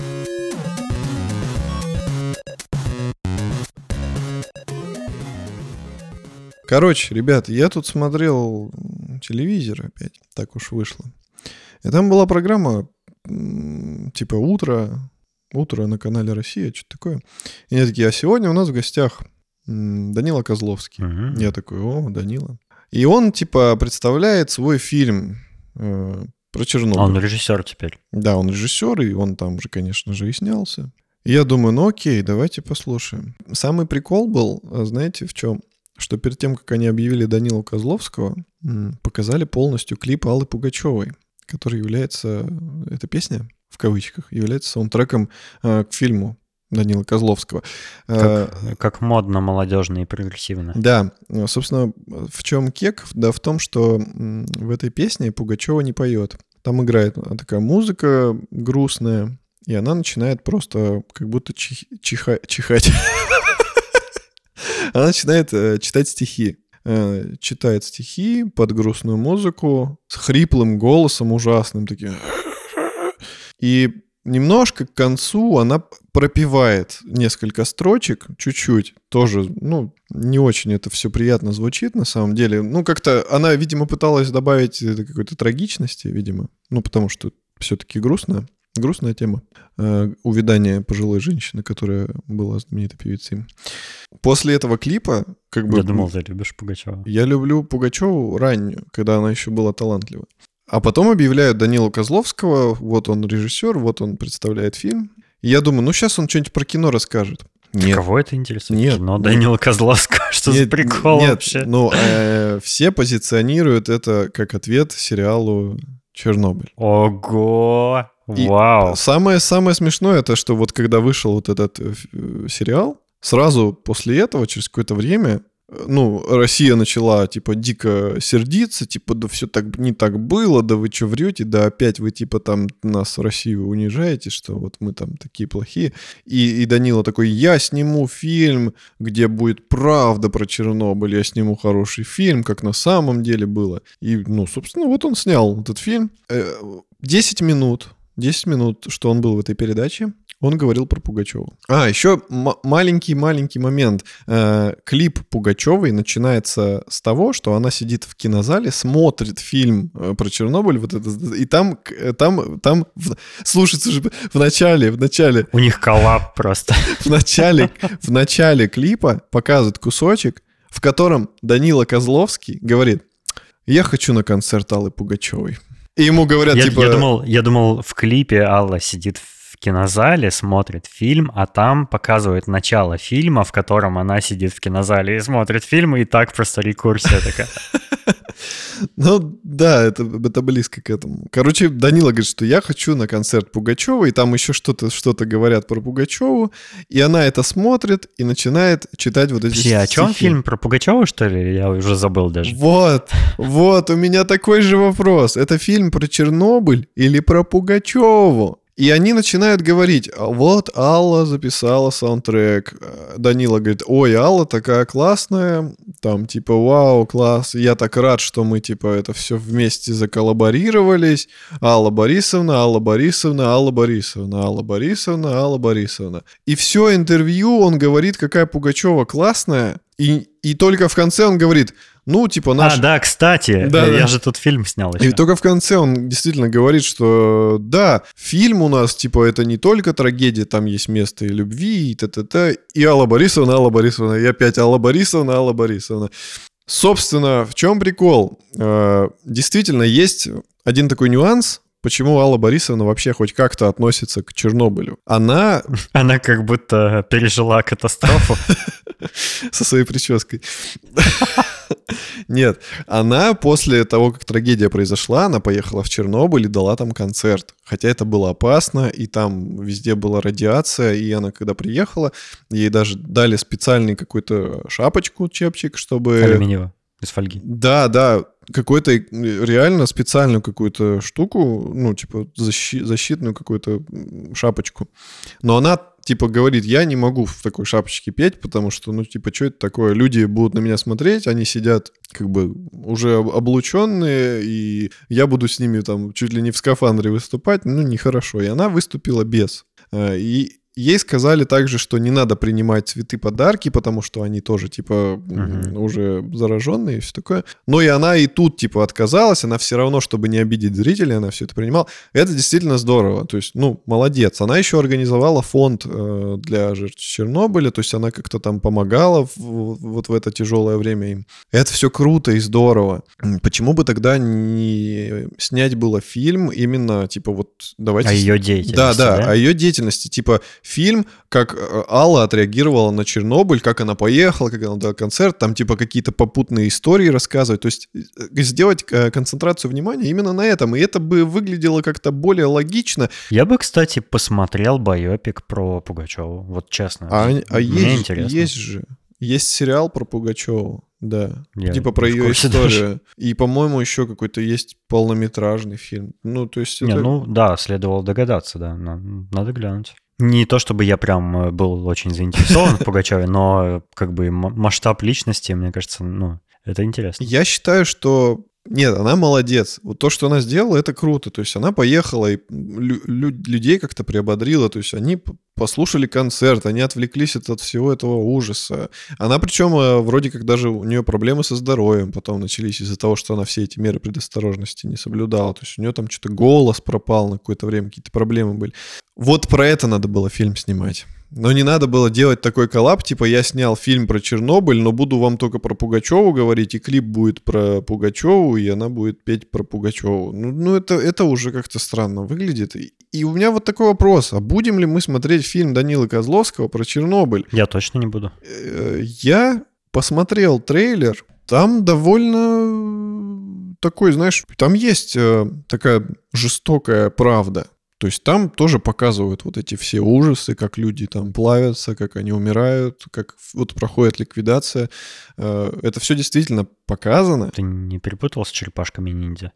Короче, ребят, я тут смотрел телевизор опять, так уж вышло. И там была программа типа «Утро на канале «Россия», что-то такое. И они такие, а сегодня у нас в гостях Данила Козловский. Я такой, о, Данила. И он типа представляет свой фильм про Чернобыль. Он режиссер теперь. Да, он режиссер, и он там же, конечно же, и снялся. И я думаю, ну окей, давайте послушаем. Самый прикол был, знаете, в чем? Что перед тем, как они объявили Данилу Козловского, показали полностью клип Аллы Пугачевой, который является, эта песня, в кавычках, является саундтреком к фильму Данилы Козловского. Как модно, молодежно и прогрессивно. Да, собственно, в чем кек? Да в том, что в этой песне Пугачева не поет. Там играет такая музыка грустная, и она начинает просто как будто чихать. Она начинает читать стихи. Читает стихи под грустную музыку с хриплым голосом ужасным таким. И немножко к концу она пропевает несколько строчек, чуть-чуть, тоже, ну, не очень это все приятно звучит на самом деле. Ну, как-то она, видимо, пыталась добавить какой-то трагичности, видимо, ну, потому что все-таки грустная тема. Увядание пожилой женщины, которая была знаменитой певицей. После этого клипа, как бы... Я думал, ты любишь Пугачеву. Я люблю Пугачеву раннюю, когда она еще была талантлива. А потом объявляют Данилу Козловского, вот он режиссер, вот он представляет фильм. И я думаю, ну сейчас он что-нибудь про кино расскажет. Нет. Кого это интересует? Нет. Кино Данила Козловского, что за прикол вообще? Нет, ну все позиционируют это как ответ сериалу «Чернобыль». Ого! И Вау! самое смешное, это что вот когда вышел вот этот сериал, сразу после этого, через какое-то время, ну, Россия начала, типа, дико сердиться, типа, да все так не так было, да вы что врете, да опять вы, типа, там нас, Россию, унижаете, что вот мы там такие плохие. И Данила такой, я сниму фильм, где будет правда про Чернобыль, я сниму хороший фильм, как на самом деле было. И, ну, собственно, вот он снял этот фильм. 10 минут, что он был в этой передаче, он говорил про Пугачеву. Еще маленький момент. Клип Пугачевой начинается с того, что она сидит в кинозале, смотрит фильм про Чернобыль, вот это, и там слушается же в начале. У них коллаб просто. В начале клипа показывают кусочек, в котором Данила Козловский говорит, я хочу на концерт Аллы Пугачевой. И ему говорят, Я думал, в клипе Алла сидит в кинозале, смотрит фильм, а там показывают начало фильма, в котором она сидит в кинозале и смотрит фильм, и так просто рекурсия такая. Ну, да, это близко к этому. Короче, Данила говорит, что я хочу на концерт Пугачевой, и там еще что-то говорят про Пугачеву, и она это смотрит и начинает читать вот эти стихи. О чем фильм? Про Пугачеву, что ли? Я уже забыл даже. Вот, у меня такой же вопрос. Это фильм про Чернобыль или про Пугачеву? И они начинают говорить, вот Алла записала саундтрек. Данила говорит, ой, Алла такая классная, там типа вау, класс, я так рад, что мы типа это все вместе заколлаборировались. Алла Борисовна. И все интервью он говорит, какая Пугачева классная, и только в конце он говорит, ну, типа наш... да, кстати, я же тут фильм снял еще. И только в конце он действительно говорит, что да, фильм у нас, типа, это не только трагедия, там есть место и любви, и т-т-т. И Алла Борисовна, и опять Алла Борисовна. Собственно, в чем прикол? Действительно, есть один такой нюанс, почему Алла Борисовна вообще хоть как-то относится к Чернобылю. Она как будто пережила катастрофу. Со своей прической. Нет, она после того, как трагедия произошла, она поехала в Чернобыль и дала там концерт. Хотя это было опасно, и там везде была радиация, и она, когда приехала, ей даже дали специальный какую-то шапочку, чепчик, чтобы... Алюминиевую, из фольги. Да, какую-то реально специальную какую-то штуку, ну, типа защитную какую-то шапочку. Но она, типа, говорит, я не могу в такой шапочке петь, потому что, ну, типа, что это такое? Люди будут на меня смотреть, они сидят, как бы, уже облученные, и я буду с ними там чуть ли не в скафандре выступать, ну, нехорошо. И она выступила без. И ей сказали также, что не надо принимать цветы, подарки, потому что они тоже, типа, уже зараженные и все такое. Но и она и тут, типа, отказалась, она все равно, чтобы не обидеть зрителей, она все это принимала. Это действительно здорово, то есть, ну, молодец. Она еще организовала фонд для жертв Чернобыля, то есть она как-то там помогала вот в это тяжелое время им. Это все круто и здорово. Почему бы тогда не снять было фильм именно, типа, вот давайте... О ее деятельности, да, о ее деятельности, типа, фильм, как Алла отреагировала на Чернобыль, как она поехала, как она дала концерт, там типа какие-то попутные истории рассказывать, то есть сделать концентрацию внимания именно на этом, и это бы выглядело как-то более логично. Я бы, кстати, посмотрел байопик про Пугачеву, вот честно. Мне интересно. Есть сериал про Пугачеву, да, Я типа про ее историю. Даже. И, по-моему, еще какой-то есть полнометражный фильм. Ну, то есть... Не, ну да, следовало догадаться, да, надо глянуть. Не то чтобы я прям был очень заинтересован в Пугачеве, но как бы масштаб личности, мне кажется, ну, это интересно. Я считаю, что... Нет, она молодец. Вот то, что она сделала, это круто. То есть она поехала и людей как-то приободрила. То есть они послушали концерт, они отвлеклись от всего этого ужаса. Она причем вроде как даже у нее проблемы со здоровьем потом начались из-за того, что она все эти меры предосторожности не соблюдала. То есть у нее там что-то голос пропал на какое-то время, какие-то проблемы были. Вот про это надо было фильм снимать. Но не надо было делать такой коллаб, типа я снял фильм про Чернобыль, но буду вам только про Пугачеву говорить, и клип будет про Пугачеву, и она будет петь про Пугачеву. Ну это уже как-то странно выглядит. И у меня вот такой вопрос, а будем ли мы смотреть фильм Данилы Козловского про Чернобыль? Я точно не буду. Я посмотрел трейлер, там довольно такой, знаешь, там есть такая жестокая правда. То есть там тоже показывают вот эти все ужасы, как люди там плавятся, как они умирают, как вот проходит ликвидация. Это все действительно показано. Ты не перепутал с черепашками ниндзя?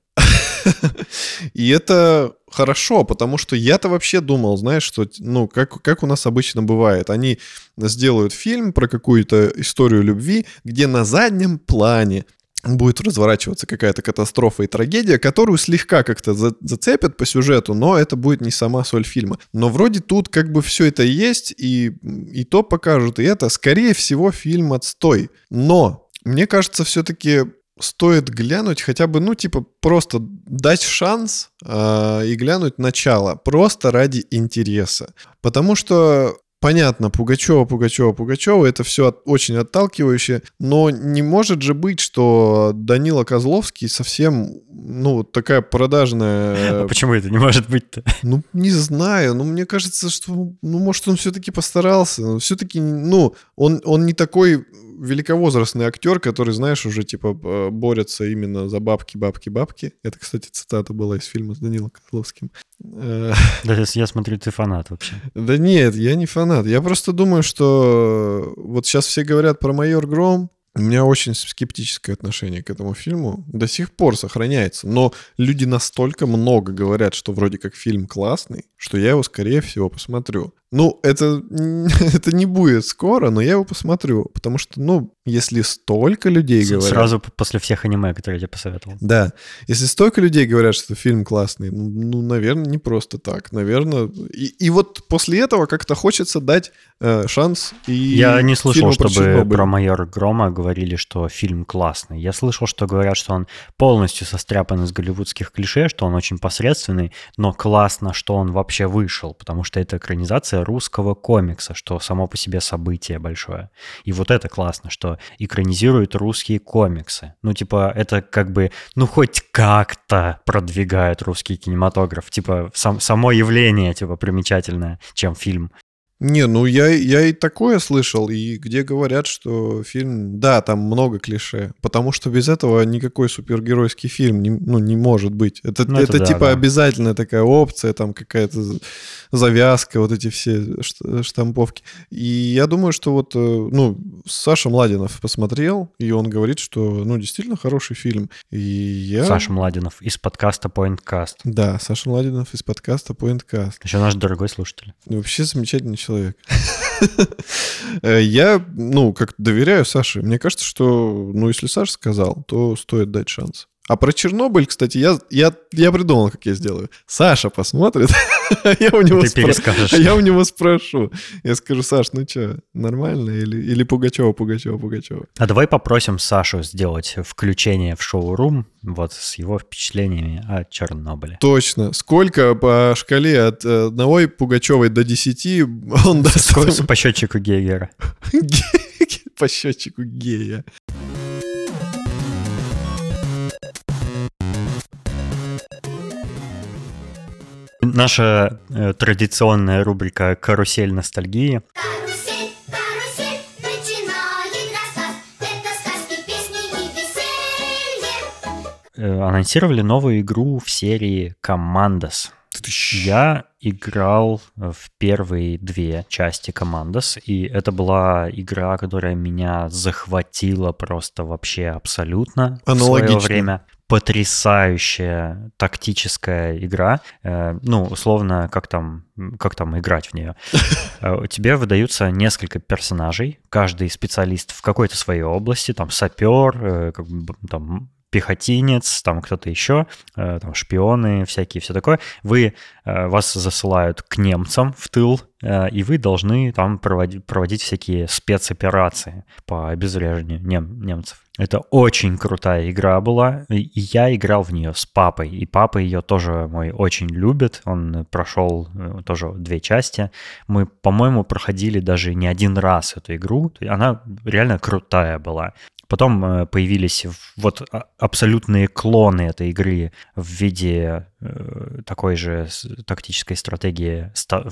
И это хорошо, потому что я-то вообще думал, знаешь, что, ну, как у нас обычно бывает. Они сделают фильм про какую-то историю любви, где на заднем плане будет разворачиваться какая-то катастрофа и трагедия, которую слегка как-то зацепят по сюжету, но это будет не сама соль фильма. Но вроде тут как бы все это есть, и то покажут, и это, скорее всего, фильм отстой. Но мне кажется, все-таки стоит глянуть хотя бы, ну, типа, просто дать шанс и глянуть начало, просто ради интереса. Потому что... Понятно, Пугачева, это все очень отталкивающе, но не может же быть, что Данила Козловский совсем, ну, такая продажная... А почему это не может быть-то? Ну, не знаю, но мне кажется, что, ну, может, он все-таки постарался, но все-таки, ну, он не такой великовозрастный актер, который, знаешь, уже, типа, борется именно за бабки. Это, кстати, цитата была из фильма с Данилом Козловским. Да, я смотрю, ты фанат вообще. Да нет, я не фанат. Я просто думаю, что вот сейчас все говорят про «Майор Гром». У меня очень скептическое отношение к этому фильму. До сих пор сохраняется. Но люди настолько много говорят, что вроде как фильм классный, что я его, скорее всего, посмотрю. Ну, это не будет скоро, но я его посмотрю. Потому что, ну, если столько людей говорят... Сразу после всех аниме, которые я тебе посоветовал. Да. Если столько людей говорят, что фильм классный, ну, наверное, не просто так. Наверное... И вот после этого как-то хочется дать шанс и я не слышал, чтобы Чернобыль. про «Майор Грома» говорили, что фильм классный. Я слышал, что говорят, что он полностью состряпан из голливудских клише, что он очень посредственный, но классно, что он вообще вышел, потому что это экранизация русского комикса, что само по себе событие большое. И вот это классно, что экранизируют русские комиксы. Ну, типа, это как бы, ну, хоть как-то продвигает русский кинематограф. Типа, само явление, типа, примечательное, чем фильм. Не, ну я и такое слышал, и где говорят, что фильм, да, там много клише, потому что без этого никакой супергеройский фильм не может быть. Это, Ну, это это да, типа да. обязательная такая опция, там какая-то завязка, вот эти все штамповки. И я думаю, что вот, Саша Младинов посмотрел, и он говорит, что, действительно хороший фильм. И я... Саша Младинов из подкаста PointCast. Да, Саша Младинов из подкаста PointCast. Еще наш дорогой слушатель. Вообще замечательный человек. Я, как доверяю Саше. Мне кажется, что, если Саша сказал, то стоит дать шанс. А про Чернобыль, кстати, я придумал, как я сделаю. Саша посмотрит, я у него спрошу. Я скажу: Саш, ну что, нормально? Или Пугачева? А давай попросим Сашу сделать включение в шоу-рум вот с его впечатлениями о Чернобыле. Точно. Сколько по шкале от 1 Пугачевой до 10 он даст? По счетчику Гейгера. По счетчику Гея. Наша традиционная рубрика «Карусель ностальгии». Карусель, карусель, начинает рассказ. Это сказки, песни и веселье. Анонсировали новую игру в серии «Командос». Я играл в первые 2 части «Командос», и это была игра, которая меня захватила просто вообще абсолютно в свое время. Потрясающая тактическая игра. Условно, как там играть в нее. Тебе выдаются несколько персонажей, каждый специалист в какой-то своей области, там сапер, там пехотинец, там кто-то еще, там шпионы всякие, все такое. Вас засылают к немцам в тыл, и вы должны там проводить всякие спецоперации по обезвреживанию немцев. Это очень крутая игра была, и я играл в нее с папой, и папа ее тоже мой очень любит, он прошел тоже 2 части. Мы, по-моему, проходили даже не 1 раз эту игру, она реально крутая была. Потом появились вот абсолютные клоны этой игры в виде такой же тактической стратегии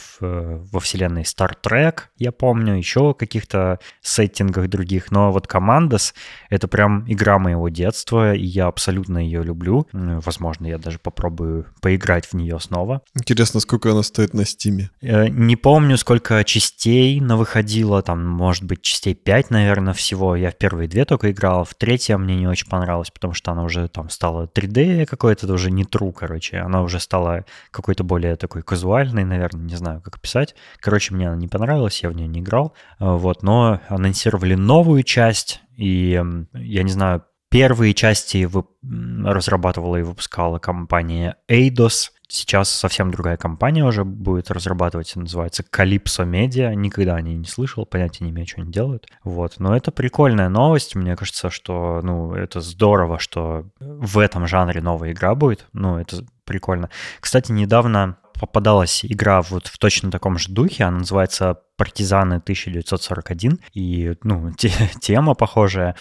во вселенной Star Trek, я помню, еще каких-то сеттингах других. Но вот Commandos — это прям игра моего детства, и я абсолютно ее люблю. Возможно, я даже попробую поиграть в нее снова. Интересно, сколько она стоит на Стиме? Не помню, сколько частей навыходило, там, может быть, частей 5, наверное, всего. Я в первые 2 только играл, в 3 мне не очень понравилось, потому что она уже там стала 3D какой-то, это уже не true, короче. Она уже стала какой-то более такой казуальной, наверное, не знаю, как описать. Короче, мне она не понравилась, я в нее не играл. Вот, но анонсировали новую часть, и я не знаю, первые части разрабатывала и выпускала компания Eidos. Сейчас совсем другая компания уже будет разрабатывать, называется Calypso Media. Никогда о ней не слышал, понятия не имею, что они делают. Вот. Но это прикольная новость. Мне кажется, что это здорово, что в этом жанре новая игра будет. Это прикольно. Кстати, недавно попадалась игра вот в точно таком же духе. Она называется «Партизаны 1941». И, тема похожая,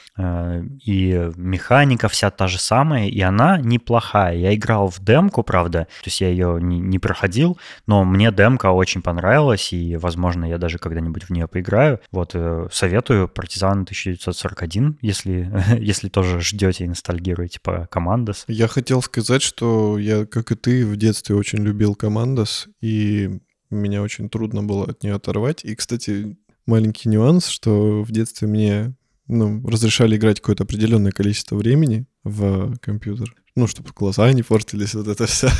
и механика вся та же самая, и она неплохая. Я играл в демку, правда, то есть я ее не проходил, но мне демка очень понравилась, и, возможно, я даже когда-нибудь в нее поиграю. Вот, советую «Партизаны 1941», если тоже ждете и ностальгируете по «Командос». Я хотел сказать, что я, как и ты, в детстве очень любил «Командос», и меня очень трудно было от нее оторвать. И, кстати, маленький нюанс, что в детстве мне разрешали играть какое-то определенное количество времени в компьютер, чтобы глаза не портились, вот это все.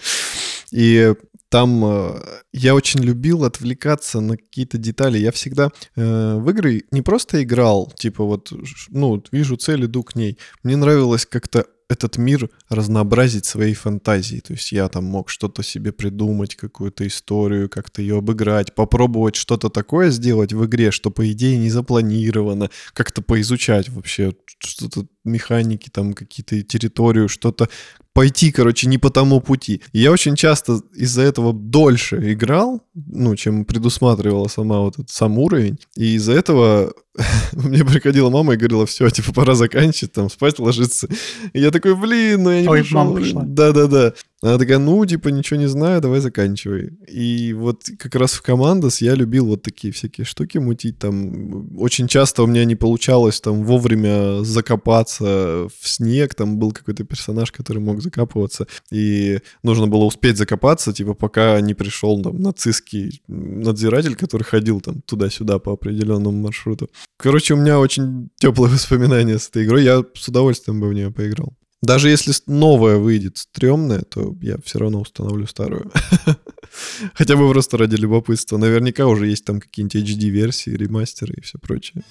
И там я очень любил отвлекаться на какие-то детали. Я всегда в игры не просто играл, типа вижу цель, иду к ней. Мне нравилось как-то этот мир разнообразить своей фантазией. То есть я там мог что-то себе придумать, какую-то историю, как-то ее обыграть, попробовать что-то такое сделать в игре, что, по идее, не запланировано, как-то поизучать вообще что-то, механики, там какие-то территорию, что-то пойти, не по тому пути. И я очень часто из-за этого дольше играл, чем предусматривала сама вот этот сам уровень. И из-за этого мне приходила мама и говорила, все, типа, пора заканчивать, там, спать ложиться. И я такой, блин, я не Ой, пришел. мама пришла. Да-да-да. Она такая, ничего не знаю, давай заканчивай. И вот как раз в Командос я любил вот такие всякие штуки мутить. Там очень часто у меня не получалось там вовремя закопаться в снег. Там был какой-то персонаж, который мог закапываться. И нужно было успеть закопаться, типа, пока не пришел там нацистский надзиратель, который ходил там туда-сюда по определенному маршруту. Короче, у меня очень теплые воспоминания с этой игрой. Я с удовольствием бы в нее поиграл. Даже если новая выйдет стрёмная, то я все равно установлю старую. Хотя бы просто ради любопытства. Наверняка уже есть там какие-нибудь HD-версии, ремастеры и все прочее.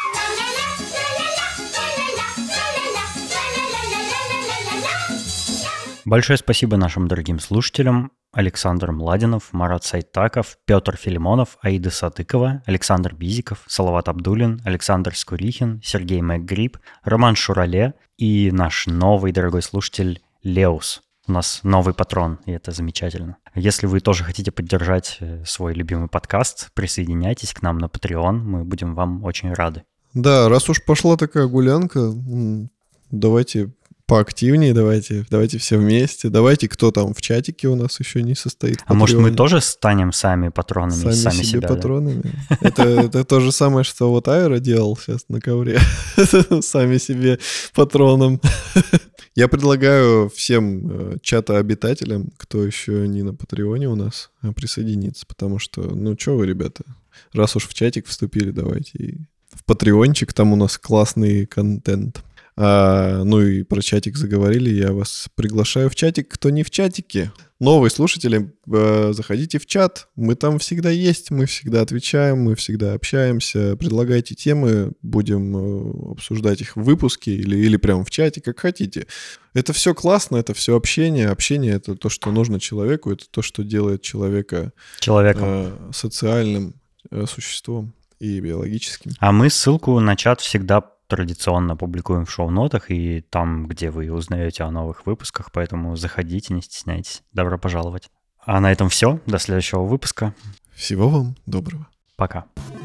Большое спасибо нашим дорогим слушателям. Александр Младинов, Марат Сайтаков, Петр Филимонов, Аида Сатыкова, Александр Бизиков, Салават Абдуллин, Александр Скурихин, Сергей МакГриб, Роман Шурале и наш новый дорогой слушатель Леус. У нас новый патрон, и это замечательно. Если вы тоже хотите поддержать свой любимый подкаст, присоединяйтесь к нам на Patreon, мы будем вам очень рады. Да, раз уж пошла такая гулянка, давайте поактивнее, давайте все вместе. Давайте, кто там в чатике у нас еще не состоит. А может, мы тоже станем сами патронами? Сами себе себя, патронами. Да? Это то же самое, что вот Айра делал сейчас на ковре. Сами себе патроном. Я предлагаю всем чата-обитателям, кто еще не на Патреоне у нас, присоединиться. Потому что, что вы, ребята, раз уж в чатик вступили, давайте и в патреончик, там у нас классный контент. И про чатик заговорили, я вас приглашаю в чатик, кто не в чатике. Новые слушатели, заходите в чат, мы там всегда есть, мы всегда отвечаем, мы всегда общаемся, предлагайте темы, будем обсуждать их в выпуске или прямо в чате, как хотите. Это все классно, это все общение. Общение — это то, что нужно человеку, это то, что делает человека социальным существом и биологическим. А мы ссылку на чат всегда традиционно публикуем в шоу-нотах и там, где вы узнаете о новых выпусках, поэтому заходите, не стесняйтесь. Добро пожаловать. А на этом все. До следующего выпуска. Всего вам доброго. Пока.